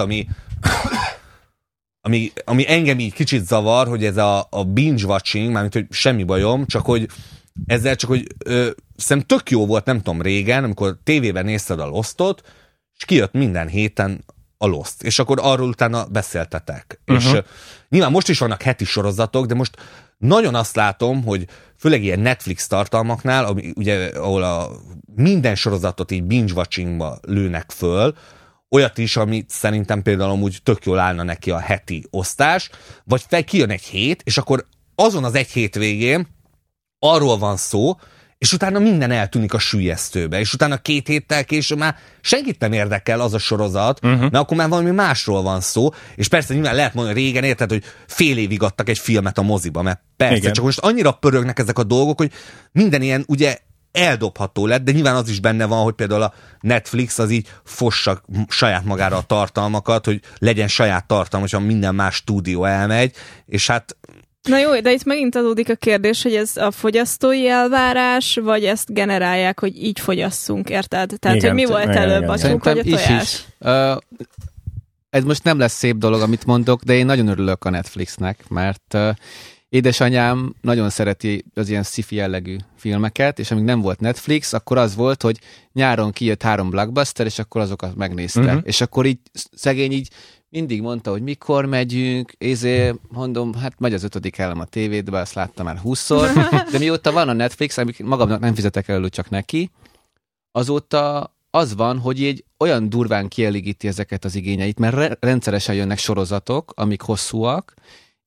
ami engem így kicsit zavar, hogy ez a binge-watching, mármint, hogy semmi bajom, csak hogy szerintem tök jó volt, nem tudom, régen, amikor tévében nézted a Lost-ot, és kijött minden héten a Lost, és akkor arról utána beszéltetek. És nyilván most is vannak heti sorozatok, de most nagyon azt látom, hogy főleg ilyen Netflix tartalmaknál, ahol minden sorozatot így binge-watchingba lőnek föl, olyat is, amit szerintem például amúgy tök jól állna neki a heti osztás, vagy kijön egy hét, és akkor azon az egy hét végén arról van szó, és utána minden eltűnik a süllyesztőbe, és utána 2 héttel később már senkit nem érdekel az a sorozat, mert akkor már valami másról van szó, és persze nyilván lehet mondani, régen érted, hogy fél évig adtak egy filmet a moziba, mert persze, igen. Csak most annyira pörögnek ezek a dolgok, hogy minden ilyen ugye eldobható lett, de nyilván az is benne van, hogy például a Netflix az így fossa saját magára a tartalmakat, hogy legyen saját tartalma, hogyha minden más stúdió elmegy, és hát na jó, de itt megint adódik a kérdés, hogy ez a fogyasztói elvárás, vagy ezt generálják, hogy így fogyasszunk, érted? Tehát, igen, hogy mi volt előbb, a tyúk vagy a tojás? Ez most nem lesz szép dolog, amit mondok, de én nagyon örülök a Netflixnek, mert édesanyám nagyon szereti az ilyen sci-fi jellegű filmeket, és amíg nem volt Netflix, akkor az volt, hogy nyáron kijött 3 blockbuster, és akkor azokat megnézte. És akkor így szegény így mindig mondta, hogy mikor megyünk, mondom, hát megy az 5. elem a tévédbe, azt láttam már 20-szor, de mióta van a Netflix, amik magamnak nem fizetek elő, csak neki, azóta az van, hogy így olyan durván kielégíti ezeket az igényeit, mert rendszeresen jönnek sorozatok, amik hosszúak,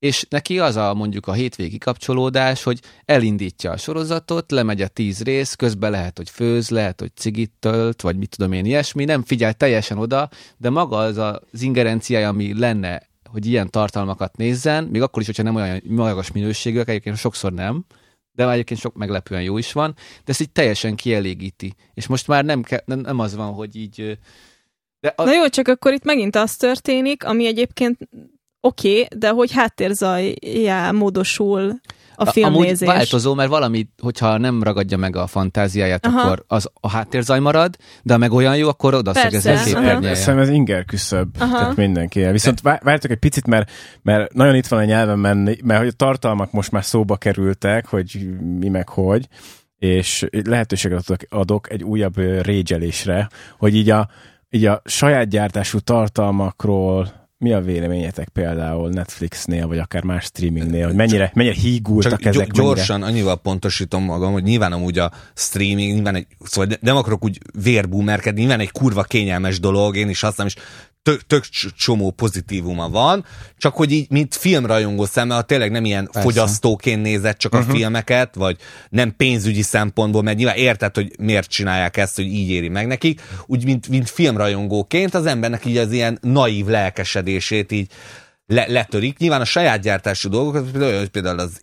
és neki az mondjuk a hétvégi kapcsolódás, hogy elindítja a sorozatot, lemegy a 10 rész, közben lehet, hogy főz, lehet, hogy cigit tölt, vagy mit tudom én, ilyesmi, nem figyel teljesen oda, de maga az ingerenciája, ami lenne, hogy ilyen tartalmakat nézzen, még akkor is, hogyha nem olyan magas minőségűek, egyébként sokszor nem, de egyébként sok meglepően jó is van, de ezt így teljesen kielégíti. És most már nem az van, hogy így... Na jó, csak akkor itt megint az történik, ami egyébként oké, de hogy háttérzajjá módosul a filmnézés. Amúgy változó, mert valami, hogyha nem ragadja meg a fantáziáját, akkor az a háttérzaj marad, de ha meg olyan jó, akkor oda szögez a képernyője. Szerintem ez inger küszöbb, tehát mindenki. Viszont várjátok egy picit, mert nagyon itt van a nyelven menni, mert hogy a tartalmak most már szóba kerültek, hogy mi meg hogy, és lehetőséget adok egy újabb régyelésre, hogy így a saját gyártású tartalmakról mi a véleményetek például Netflixnél, vagy akár más streamingnél, hogy mennyire hígultak ezek? Gyorsan annyival pontosítom magam, hogy nyilván amúgy a streaming, nyilván szóval nem akarok úgy vérboomerkedni, nyilván egy kurva kényelmes dolog, én is használom, és tök csomó pozitívuma van, csak hogy így, mint filmrajongó szemmel, tényleg nem ilyen fogyasztóként nézett csak a filmeket, vagy nem pénzügyi szempontból, mert nyilván érted, hogy miért csinálják ezt, hogy így éri meg nekik, úgy, mint filmrajongóként az embernek így az ilyen naív lelkesedését így letörik. Nyilván a saját gyártású dolgokat, például az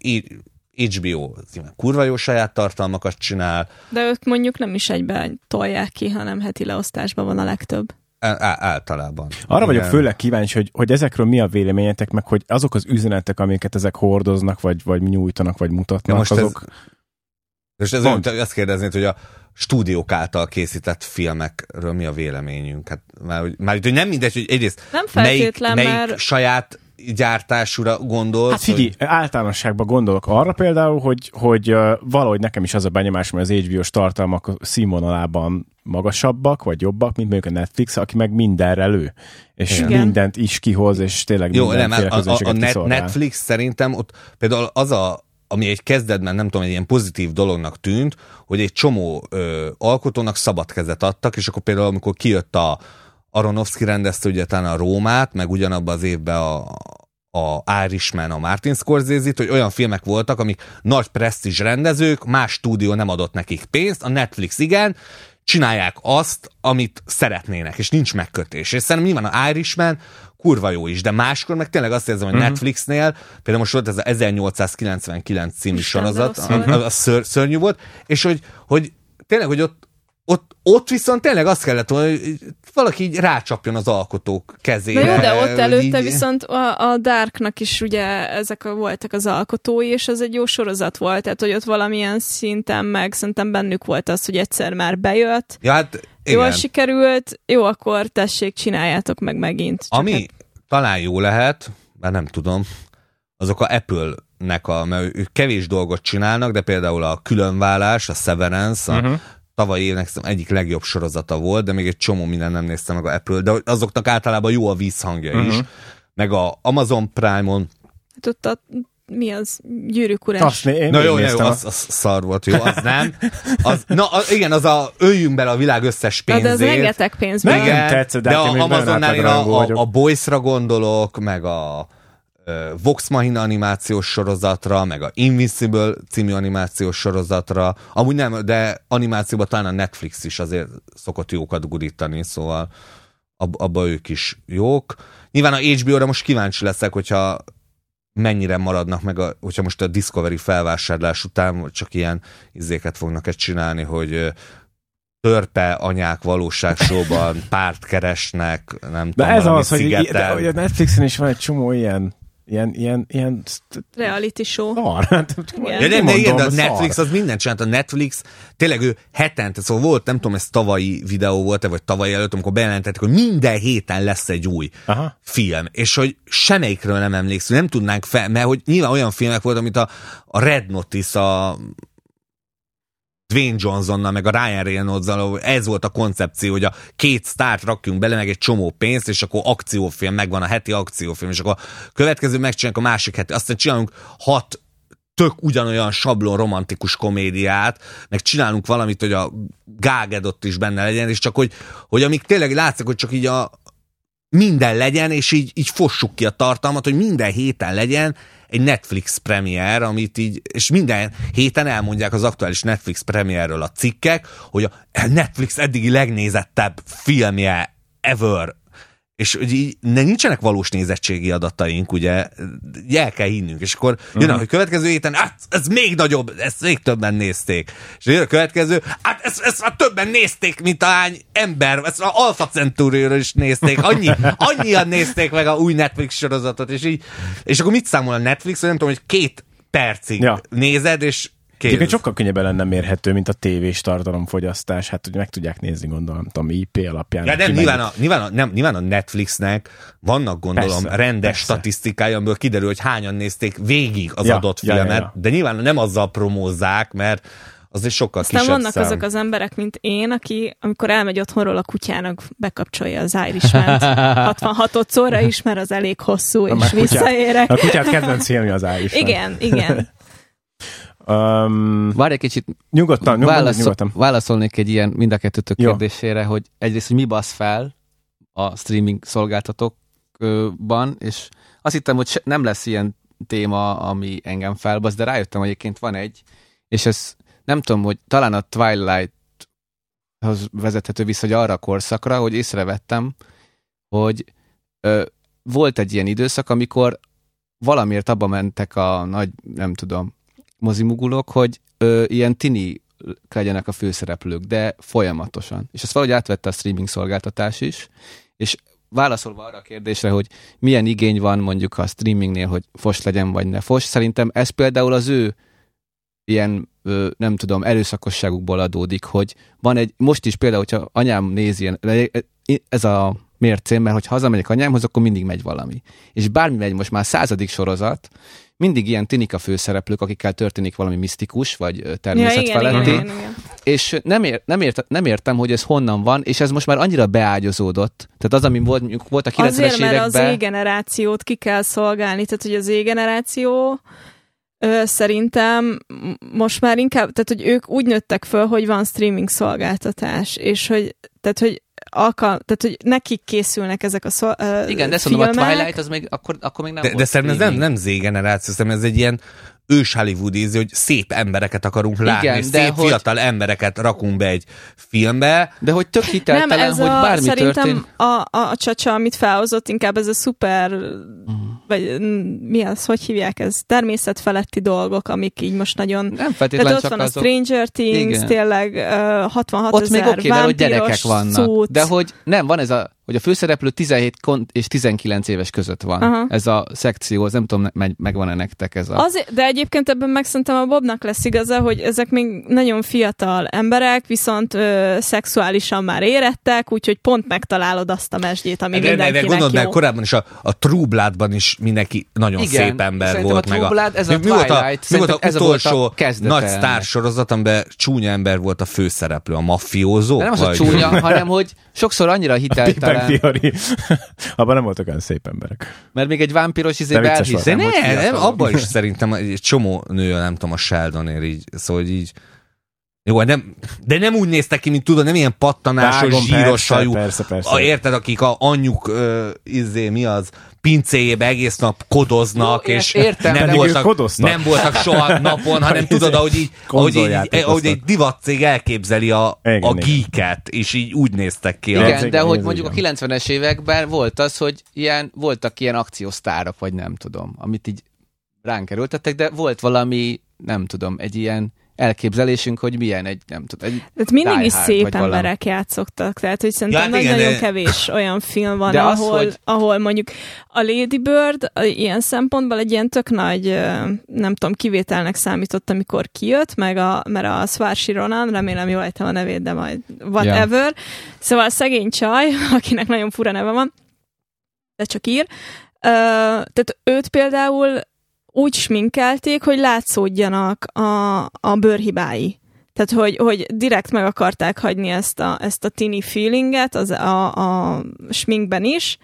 HBO kurva jó saját tartalmakat csinál. De ők mondjuk nem is egyben tolják ki, hanem heti leosztásban van a legtöbb. Általában. Arra vagyok főleg kíváncsi, hogy ezekről mi a véleményetek, meg hogy azok az üzenetek, amiket ezek hordoznak, vagy nyújtanak, vagy mutatnak, most azok... Most ezért azt kérdeznéd, hogy a stúdiók által készített filmekről mi a véleményünk? Hát már hogy nem mindegy, hogy egyrészt nem feltétlen, melyik saját gyártásúra gondolsz? Hát figyelj, általánosságban gondolok arra például, hogy valahogy nekem is az a benyomásom, hogy az HBO-s tartalmak színvonalában magasabbak, vagy jobbak, mint mondjuk a Netflix, aki meg mindenre lő. És mindent is kihoz, és tényleg mindenféle közönséget kiszolgál. Netflix szerintem ott például ami egy kezdetben, nem tudom, egy ilyen pozitív dolognak tűnt, hogy egy csomó alkotónak szabad kezet adtak, és akkor például, amikor kijött Aronofsky rendezte ugye talán a Rómát, meg ugyanabban az évben a Irishman, a Martin Scorsese-t, hogy olyan filmek voltak, amik nagy presztízs rendezők, más stúdió nem adott nekik pénzt, a Netflix igen, csinálják azt, amit szeretnének, és nincs megkötés. És szerintem nyilván a Irishman kurva jó is, de máskor meg tényleg azt érzem, hogy Netflixnél, például most volt ez a 1899 című sorozat, az szörnyű volt, és hogy tényleg, hogy ott viszont tényleg azt kellett volna, hogy valaki így rácsapjon az alkotók kezére. Na jó, de ott előtte viszont a Darknak is ugye ezek voltak az alkotói, és ez egy jó sorozat volt, tehát hogy ott valamilyen szinten meg szerintem bennük volt az, hogy egyszer már bejött, ja, hát igen. Jól sikerült, jó, akkor tessék, csináljátok meg megint. Csak ami talán jó lehet, mert nem tudom, azok a Apple-nek mert ők kevés dolgot csinálnak, de például a Különválás, a Severance, tavaly évnek egyik legjobb sorozata volt, de még egy csomó minden nem néztem meg a Apple, de azoknak általában jó a vízhangja is. Meg a Amazon Prime-on. Hát mi az? Gyűrűk urás. Na jó, az szar volt, jó, az nem. Igen, az öljünk bele a világ összes pénzét. De az rengeteg pénz. Igen, tetszett, de a Amazonnál én a Boys-ra gondolok, meg a Vox Machina animációs sorozatra, meg a Invincible című animációs sorozatra. Amúgy nem, de animációban talán a Netflix is azért szokott jókat gurítani, szóval abban ők is jók. Nyilván a HBO-ra most kíváncsi leszek, hogyha mennyire maradnak meg, hogyha most a Discovery felvásárlás után csak ilyen izéket fognak csinálni, hogy törpe anyák valóságsóban párt keresnek, nem de tudom, ez az, szigeten. hogy a Netflixen is van egy csomó ilyen reality show. Igen, de a Netflix az mindent csinált. A Netflix tényleg ő hetente, szóval volt, nem tudom, ez tavalyi videó volt-e, vagy tavaly előtt, amikor bejelentették, hogy minden héten lesz egy új film, és hogy semmelyikről nem emlékszünk, nem tudnánk mert hogy nyilván olyan filmek volt, amit a Red Notice, a Dwayne Johnsonnal, meg a Ryan Reynolds-al, ez volt a koncepció, hogy a két sztárt rakjunk bele, meg egy csomó pénzt, és akkor akciófilm, megvan a heti akciófilm, és akkor a következő megcsináljuk a másik heti, aztán csinálunk 6 tök ugyanolyan sablon romantikus komédiát, meg csinálunk valamit, hogy a Gal Gadot is benne legyen, és csak hogy amíg tényleg látszik, hogy csak így minden legyen, és így fossuk ki a tartalmat, hogy minden héten legyen egy Netflix premier, amit így, és minden héten elmondják az aktuális Netflix premierről a cikkek, hogy a Netflix eddigi legnézettebb filmje ever. És így nincsenek valós nézettségi adataink, ugye, el kell hinnünk, és akkor jön a következő héten, ez még nagyobb, ezt még többen nézték. És jön a következő, ezt többen nézték, mint ahány ember, ezt az Alpha Centauriról is nézték, annyian nézték meg a új Netflix sorozatot, és akkor mit számol a Netflix, nem tudom, hogy 2 percig nézed, és egyébként sokkal könnyebben lenne mérhető, mint a tévés tartalomfogyasztás, hát hogy meg tudják nézni, gondolom, nem tudom, IP alapján. Ja, nyilván a Netflixnek vannak, gondolom, persze, rendes statisztikája, amiből kiderül, hogy hányan nézték végig az adott filmet, de nyilván nem azzal promózzák, mert az is sokkal kisebb vannak szám. azok az emberek, mint én, aki amikor elmegy otthonról a kutyának, bekapcsolja az Irishman-t 66-szorra is, mert az elég hosszú, és visszaérek. A kutyát kedvenc filmje az Irishman. Igen. Várj egy kicsit, nyugodtan. Válaszolnék egy ilyen mind a kettőtök kérdésére, hogy egyrészt, hogy mi basz fel a streaming szolgáltatókban, és azt hittem, hogy nem lesz ilyen téma, ami engem felbasz, de rájöttem, hogy egyébként van egy, és ez nem tudom, hogy talán a Twilight-hoz vezethető vissza, hogy arra a korszakra, hogy észrevettem, hogy volt egy ilyen időszak, amikor valamiért abba mentek a nagy, nem tudom, mozimugulok, hogy ilyen tini legyenek a főszereplők, de folyamatosan. És ezt valahogy átvette a streaming szolgáltatás is, és válaszolva arra a kérdésre, hogy milyen igény van mondjuk a streamingnél, hogy fos legyen vagy ne fos, szerintem ez például az ő ilyen, nem tudom, erőszakosságukból adódik, hogy van egy, most is például, hogyha anyám néz ilyen, ez a mércém, mert hogyha hazamegyek anyámhoz, akkor mindig megy valami. És bármi megy, most már 100. sorozat, mindig ilyen tinika főszereplők, akikkel történik valami misztikus, vagy természetfeletti. Igen. És nem értem, hogy ez honnan van, és ez most már annyira beágyazódott. Tehát az, ami volt a 90-es azért, években... mert az Z-generációt ki kell szolgálni. Tehát, hogy a Z-generáció szerintem most már inkább, tehát, hogy ők úgy nőttek föl, hogy van streaming szolgáltatás, és hogy hogy nekik készülnek ezek a igen, de filmek. Szóval a Twilight az még, akkor még nem volt. De szerintem ez nem Z-generáció, szerintem ez egy ilyen ős Hollywood íz, hogy szép embereket akarunk látni, igen, szép fiatal embereket rakunk be egy filmbe. De hogy tök hiteltelen, hogy bármi történt. Szerintem a csacsa, amit felhozott, inkább ez a szuper, vagy mi az, hogy hívják ez? Természetfeletti dolgok, amik így most nagyon... Nem feltétlenül csak azok. Ott van a Stranger Things, igen. Tényleg 66 ott még oké, mert hogy gyerekek vannak. Szút. De hogy nem, van ez hogy a főszereplő 17 és 19 éves között van. Aha. Ez a szekció, az nem tudom, megvan-e nektek ez a... De egyébként ebben meg szerintem a Bobnak lesz igaza, hogy ezek még nagyon fiatal emberek, viszont szexuálisan már érettek, úgyhogy pont megtalálod azt a mesdjét, ami mindenkinek jó. Gondolod, mert korábban is a True Bloodban is mindenki nagyon igen, szép ember volt. A True Blood, ez a Twilight, mi volt a utolsó nagy sztársorozat, amiben csúnya ember volt a főszereplő, a mafiózó? De nem az a csúnya, hanem hogy sokszor annyira hiteltelen. Abban nem voltak olyan szép emberek. Mert még egy vámpiros izébe elhiszem. De nem, abban is szerintem egy csomó nő, nem tudom, a Sheldonér így, szóval így jó, de nem úgy néztek ki, mint tudod, nem ilyen pattanásos, zsíros hajú. Persze. Érted, akik a anyjuk mi az, pincéjébe egész nap kodoznak, jó, és értem, nem voltak soha napon, hanem tudod, ahogy egy divatcég elképzeli a geeket, és így úgy néztek ki. Igen, de hogy mondjuk a 90-es években volt az, hogy voltak ilyen akciósztárok, vagy nem tudom, amit így ránk erőltettek, de volt valami, nem tudom, egy ilyen elképzelésünk, hogy milyen egy, nem tudom, egy tehát mindig is szép emberek játszottak, tehát hogy szerintem nagyon kevés olyan film van, ahol mondjuk a Lady Bird ilyen szempontból egy ilyen tök nagy, nem tudom, kivételnek számított, amikor kijött, mert a Saoirse Ronan, remélem jól ejtem a nevét, de majd whatever. Yeah. Szóval szegény csaj, akinek nagyon fura neve van, de csak ír. Tehát őt például úgy sminkelték, hogy látszódjanak a bőrhibái. Tehát, hogy direkt meg akarták hagyni ezt a tini feelinget a sminkben is,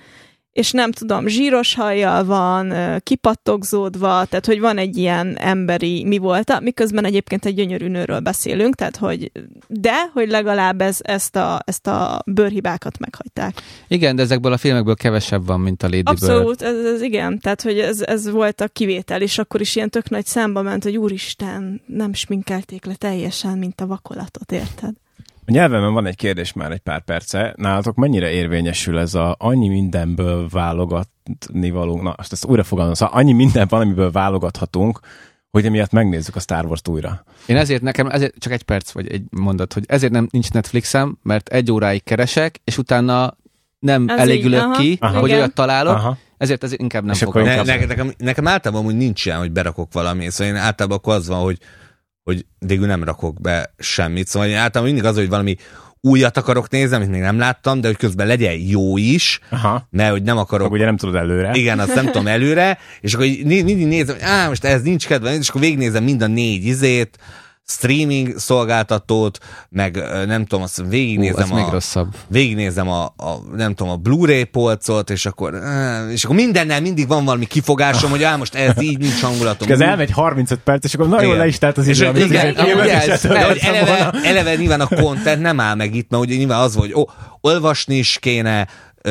és nem tudom, zsíros hajjal van, kipattogzódva, tehát hogy van egy ilyen emberi mi volta, miközben egyébként egy gyönyörű nőről beszélünk, tehát hogy hogy legalább ezt a bőrhibákat meghagyták. Igen, de ezekből a filmekből kevesebb van, mint a Lady Bird. Abszolút, ez igen, tehát hogy ez volt a kivétel, és akkor is ilyen tök nagy számba ment, hogy úristen, nem sminkelték le teljesen, mint a vakolatot, érted? A nyelvemen van egy kérdés már egy pár perce. Nálatok mennyire érvényesül ez a annyi mindenből válogatni való, na, ezt újra fogalmazom, szóval annyi minden van, amiből válogathatunk, hogy emiatt megnézzük a Star Wars-t újra. Én ezért csak egy perc, vagy egy mondat, hogy ezért nincs Netflixem, mert 1 óráig keresek, és utána nem ez elégülök ki, hogy olyat találok, ezért inkább nem fogom. Nekem általában úgy nincs ilyen, hogy berakok valami, szóval én általában akkor az van, hogy végül nem rakok be semmit. Szóval én általában mindig az, hogy valami újat akarok nézni, amit még nem láttam, de hogy közben legyen jó is, mert hogy nem akarok... Akkor ugye nem tudod előre. Igen, azt nem tudom előre, és akkor mindig nézem, hogy most ez nincs kedve, és akkor végignézem mind a 4 streaming szolgáltatót, meg nem tudom, azt végignézem nem tudom, a Blu-ray polcot, és akkor mindennel mindig van valami kifogásom, hogy most ez így nincs hangulatom. És ez elmegy 35 perc, és akkor nagyon le is telt az idő, amit eleve nyilván a content nem áll meg itt, mert ugye nyilván az, hogy olvasni is kéne,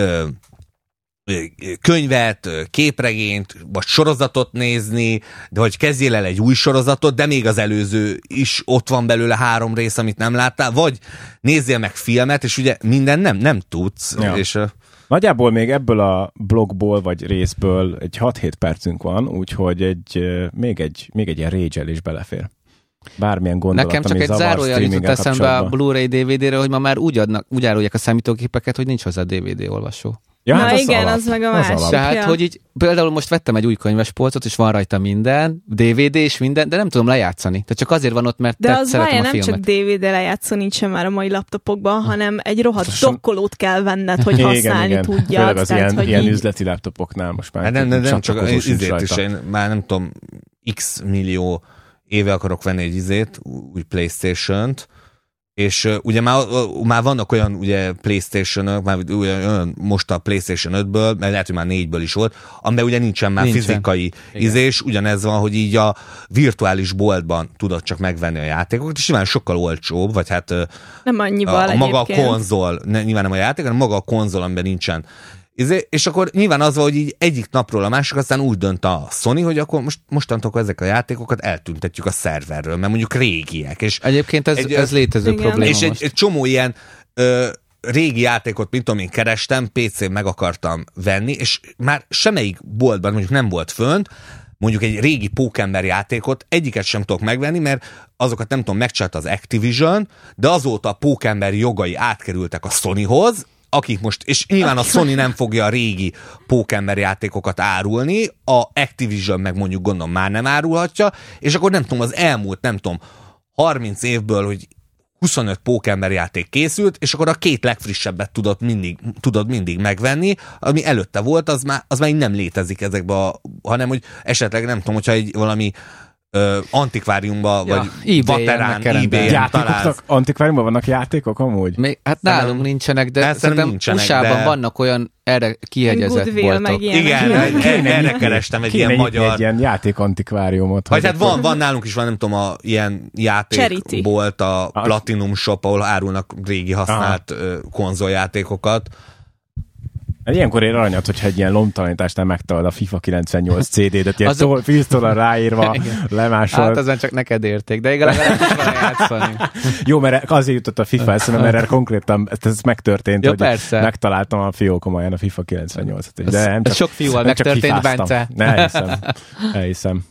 könyvet, képregényt, vagy sorozatot nézni, de hogy kezdjél el egy új sorozatot, de még az előző is ott van belőle 3 rész, amit nem láttál, vagy nézzél meg filmet, és ugye minden nem tudsz. Ja. És, nagyjából még ebből a blogból, vagy részből egy 6-7 percünk van, úgyhogy még egy ilyen rage-elés belefér. Bármilyen gondolat, nekem csak egy zárójel jutott eszembe a Blu-ray DVD-ről, hogy ma már úgy árulják a számítógépeket, hogy nincs hozzá DVD olvasó. Ja, na hát igen, az meg a másik. Tehát, hogy így, például most vettem egy új könyvespolcot, és van rajta minden, DVD és minden, de nem tudom lejátszani. Tehát csak azért van ott, mert szeretem a filmet. De az nem csak DVD lejátszani nincsen már a mai laptopokban, hanem egy rohadt dokkolót kell venned, hogy használni tudjad. Főleg az ilyen üzleti laptopoknál most már. Nem csak ezért is, én már nem tudom, x millió éve akarok venni egy új PlayStation-t, és ugye már vannak olyan ugye PlayStation-ök, már most a PlayStation 5-ből, mert lehet, hogy már 4-ből is volt, amiben ugye nincsen már fizikai és ugyanez van, hogy így a virtuális boltban tudod csak megvenni a játékokat, és nyilván sokkal olcsóbb, vagy hát nem annyival maga a konzol, nyilván nem a játék, hanem maga a konzol, amiben nincsen. És akkor nyilván az van, hogy így egyik napról a másik, aztán úgy dönt a Sony, hogy akkor mostantól ezek a játékokat eltűntetjük a szerverről, mert mondjuk régiek. És egyébként ez létező probléma. És egy csomó ilyen régi játékot, mint tudom én kerestem, PC-n meg akartam venni, és már semmelyik boltban mondjuk nem volt fönt, mondjuk egy régi Pókember játékot, egyiket sem tudok megvenni, mert azokat nem tudom, megcsinálta az Activision, de azóta a Pókember jogai átkerültek a Sonyhoz, akik most, és nyilván a Sony nem fogja a régi Pókember játékokat árulni, a Activision meg mondjuk gondolom már nem árulhatja, és akkor nem tudom, az elmúlt, nem tudom, 30 évből, hogy 25 Pókember játék készült, és akkor a 2 legfrissebbet tudod mindig megvenni, ami előtte volt, az már így nem létezik ezekben, hanem hogy esetleg nem tudom, hogyha egy valami antikváriumban, vagy Vaterán, eBay-en találsz. Antikváriumban vannak játékok amúgy? Hát nálunk nincsenek, de szerintem USA-ban vannak olyan erre kihegyezett boltok. Igen, erre kerestem egy ilyen magyar... egy ilyen játékantikváriumot. Vagy hát van nálunk is van, nem tudom, ilyen játékbolt, a Platinum Shop, ahol árulnak régi használt konzoljátékokat. Ilyenkor ér aranyat, hogyha egy ilyen lomtalanításnál megtalad a FIFA 98 CD-det, ilyen filztollal ráírva, lemásolt. Hát azon csak neked érték, de legalább is van játszani. Jó, mert azért jutott a FIFA eszembe, mert konkrétan ez megtörtént, jó, hogy persze. Megtaláltam a fiókom olyan a FIFA 98-at. De nem csak, sok fiúval megtörtént, Bence. Elhiszem.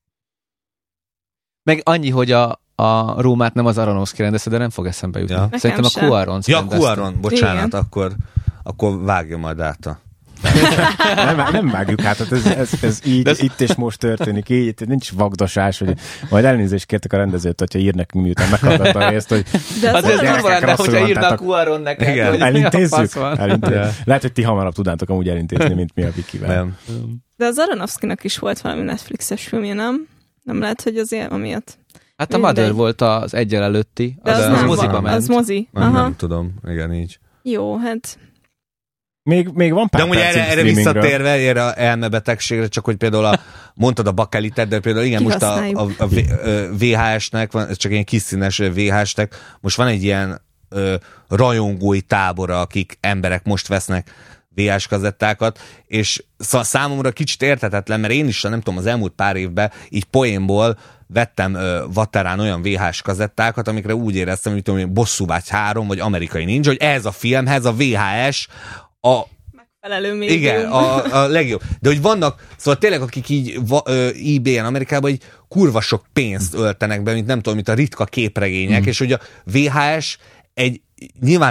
Meg annyi, hogy a Rómát nem az Aronofsky rendezte, de nem fog eszembe jutni. Ja. Szerintem a Cuarón. Ja, Cuarón, bocsánat, akkor vágja majd át nem vágjuk át, ez így, itt és most történik, így nincs vagdosás, hogy majd elnézést kértek a rendezőt, hogyha ír nekünk, miután meghallgatta a részt, hogy de az durva lenne, hogyha írna a Cuarón neked, igen, elintézzük. Lehet, hogy ti hamarabb tudnátok amúgy elintézni, mint mi a Vikivel. De az Aronofskynak is volt valami Netflixes filmje, nem? Nem lehet, hogy azért amiatt. Hát a Mother volt az egyel előtti, az moziba ment. Az mozi. Nem tudom, igen, így. Jó, hát... Még van pár de amúgy erre visszatérve, erre a elmebetegségre, csak hogy például mondtad a bakelitet, de például igen, most a VHS-nek, van, ez csak ilyen kis színes VHS-nek, most van egy ilyen rajongói tábora, akik emberek most vesznek VHS kazettákat, és számomra kicsit érthetetlen, mert én is, nem tudom, az elmúlt pár évben így poénból vettem Vaterán olyan VHS kazettákat, amikre úgy éreztem, hogy tudom, Bosszúvágy 3, vagy Amerikai Ninja, hogy ez a filmhez a VHS megfelelő médium. Igen, a legjobb. De hogy vannak, szóval tényleg, akik így eBay-en Amerikában így kurva sok pénzt öltenek be, mint nem tudom, mint a ritka képregények, és hogy a VHS nyilván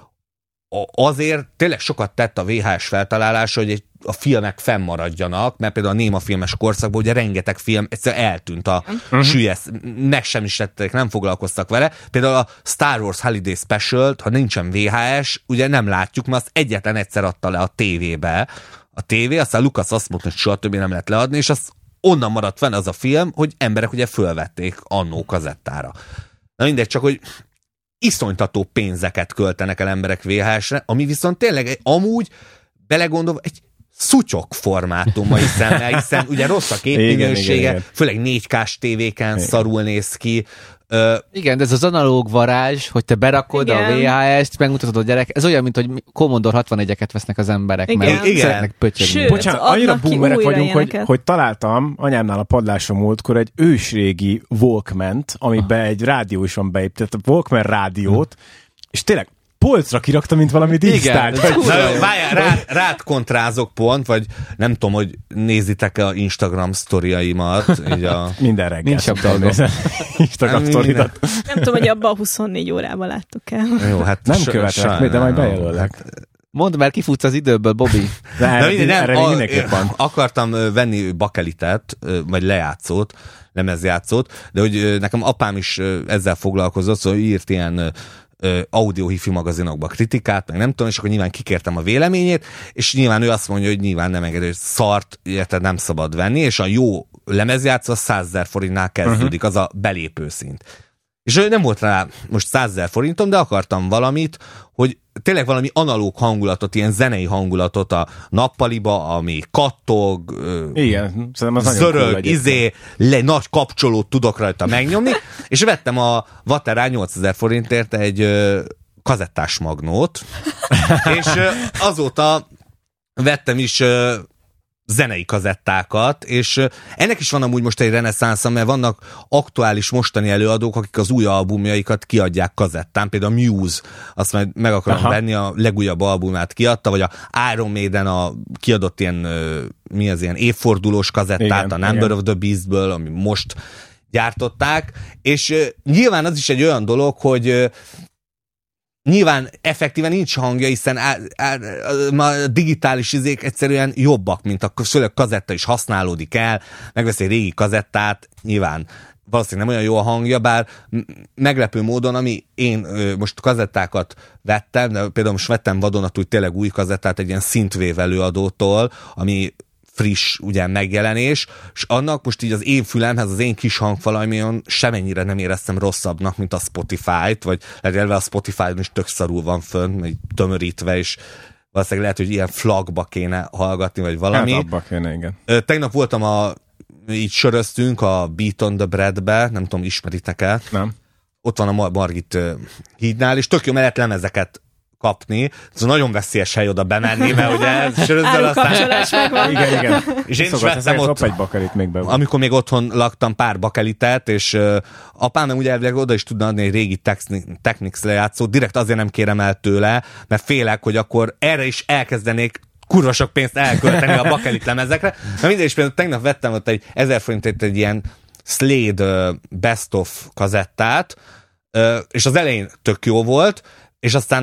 azért tényleg sokat tett a VHS feltalálása, hogy a filmek fennmaradjanak, mert például a néma filmes korszakban ugye rengeteg film egyszerűen eltűnt a sülyesz, meg sem is lettek, nem foglalkoztak vele. Például a Star Wars Holiday Special-t, ha nincsen VHS, ugye nem látjuk, mert azt egyetlen egyszer adta le a tévébe. A tévé, aztán Lucas azt mondta, hogy soha többé nem lehet leadni, és az onnan maradt fenn az a film, hogy emberek ugye fölvették annó kazettára. Na mindegy, csak hogy iszonytató pénzeket költenek el emberek VHS-re, ami viszont tényleg amúgy belegondolva egy szutyok formátum hiszen ugye rossz a képminősége, igen. Főleg 4K-s tévéken szarul néz ki. Igen, de ez az analóg varázs, hogy te berakod a VHS-t, megmutatod a gyerek, ez olyan, mint hogy Commodore 61-eket vesznek az emberek, mert szeretnek pötyögni. Bocsánat, annyira boomerek vagyunk, hogy találtam anyámnál a padláson múltkor egy ősrégi Walkman-t, amiben egy rádió is van beépített, a Walkman rádiót, és tényleg polcra kiraktam, mint valami dísztárgy. Rád kontrázok pont, vagy nem tudom, hogy nézitek a Instagram sztoriaimat. Minden reggel. Instagram sztoridat. Nem tudom, hogy abban a 24 órában láttuk el. Jó, hát nem követlek, de majd bejelöllek. Mondd, mert kifutsz az időből, Bobby. Akartam venni bakelitet, vagy lejátszót, lemezjátszót, de hogy nekem apám is ezzel foglalkozott, szóval írt ilyen audio hifi magazinokba kritikát, meg nem tudom, és akkor nyilván kikértem a véleményét, és nyilván ő azt mondja, hogy nyilván nem engedő, hogy szart, illetve nem szabad venni, és a jó lemezjátszó 100 000 forintnál kezdődik, az a belépő szint. És nem volt rá most 100 000 forintom, de akartam valamit, hogy tényleg valami analóg hangulatot, ilyen zenei hangulatot a nappaliba, ami kattog, igen, zörög, nagy kapcsolót tudok rajta megnyomni, és vettem a Vaterán 8000 forintért egy kazettás magnót, és azóta vettem is zenei kazettákat, és ennek is van amúgy most egy reneszánsza, mert vannak aktuális mostani előadók, akik az új albumjaikat kiadják kazettán, például a Muse, azt majd meg akarom venni, a legújabb albumát kiadta, vagy a Iron Maiden kiadott ilyen, ilyen évfordulós kazettát, igen, a Number of the Beastből, ami most gyártották, és nyilván az is egy olyan dolog, hogy nyilván effektíven nincs hangja, hiszen a digitális izék egyszerűen jobbak, mint a kazetta is használódik el, megvesz egy régi kazettát, nyilván valószínűleg nem olyan jó a hangja, bár meglepő módon, ami én most kazettákat vettem, de például most vettem vadonatúj tényleg új kazettát egy ilyen synthwave előadótól, ami friss ugye megjelenés, és annak most így az én fülemhez, az én kis hangfalaion semennyire nem éreztem rosszabbnak, mint a Spotify-t, vagy legalább a Spotify-on is tök szarul van fönn, vagy tömörítve, és valószínűleg lehet, hogy ilyen flagba kéne hallgatni, vagy valami. Hát abba kéne, igen. Tegnap voltam így söröztünk a Beat on the Bread-be, nem tudom, ismeritek-e? Nem. Ott van a Margit hídnál, és tök jó, mert lehet lemezeket kapni. Ez nagyon veszélyes hely oda bemenni, mert ugye sörözzel aztán... Igen. És én is vettem ott, egy bakelit még be. amikor még otthon laktam, pár bakelitet, és apám ugye elvileg oda is tudna adni egy régi Technics lejátszót, direkt azért nem kérem el tőle, mert félek, hogy akkor erre is elkezdenék kurva sok pénzt elkölteni a bakelit lemezekre. Na mindegy, és például tegnap vettem ott egy 1000 forintért egy ilyen Slade Best of kazettát, és az elején tök jó volt, és aztán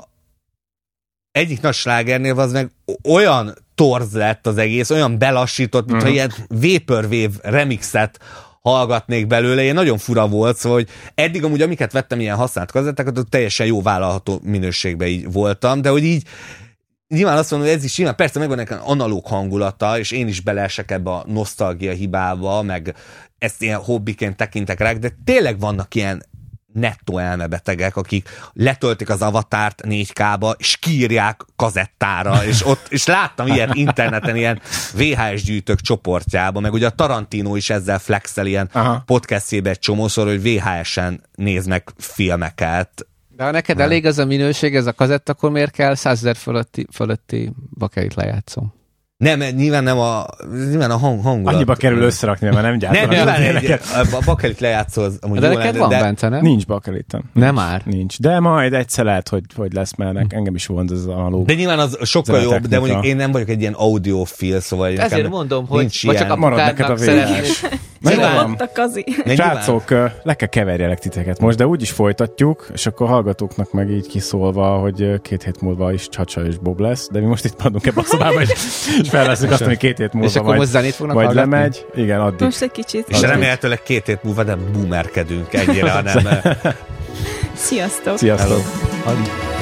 egyik nagy slágernél az meg olyan torz lett az egész, olyan belassított, mintha ilyen Vaporwave remixet hallgatnék belőle, ilyen nagyon fura volt, szóval, hogy eddig amúgy amiket vettem ilyen használt kazettákat, ott teljesen jó vállalható minőségben így voltam, de hogy így nyilván azt mondom, hogy ez is nyilván persze megvan nekem analóg hangulata, és én is beleesek ebbe a nosztalgia hibába, meg ezt ilyen hobbiként tekintek rá, de tényleg vannak ilyen nettó elmebetegek, akik letöltik az Avatárt 4K-ba, és kiírják kazettára, és láttam ilyet interneten, ilyen VHS gyűjtők csoportjában, meg ugye a Tarantino is ezzel flexel ilyen podcastjébe egy csomószor, hogy VHS-en néznek filmeket. De ha neked elég az a minőség, ez a kazett, akkor miért kell 100 000 fölötti bakelit lejátszom? Nem, nyilván a hangulat. Annyiba kerül összerakni, mert nem gyártanak. A bakelit lejátszó az amúgy de neked van bence, nem? Nincs bakelitem. Nem már? Nincs. De majd egyszer lehet, hogy lesz, mert engem is vonz ez a lóg. De nyilván az sokkal jobb, de mondjuk én nem vagyok egy ilyen audiofil, szóval ezért mondom, hogy vagy csak marad neked a VHS. Ott a kazi. Srácok, le kell keverjelek titeket most, de úgyis folytatjuk, és akkor hallgatóknak meg így kiszólva, hogy 2 hét múlva is Csacsa és Bob lesz, de mi most itt maradunk ebbe a szobába, és felveszünk azt, hogy 2 hét múlva majd lemegy. Igen, addig. Most egy kicsit. És remélhetőleg 2 hét múlva nem boomerkedünk ennyire, hanem... Sziasztok! Sziasztok!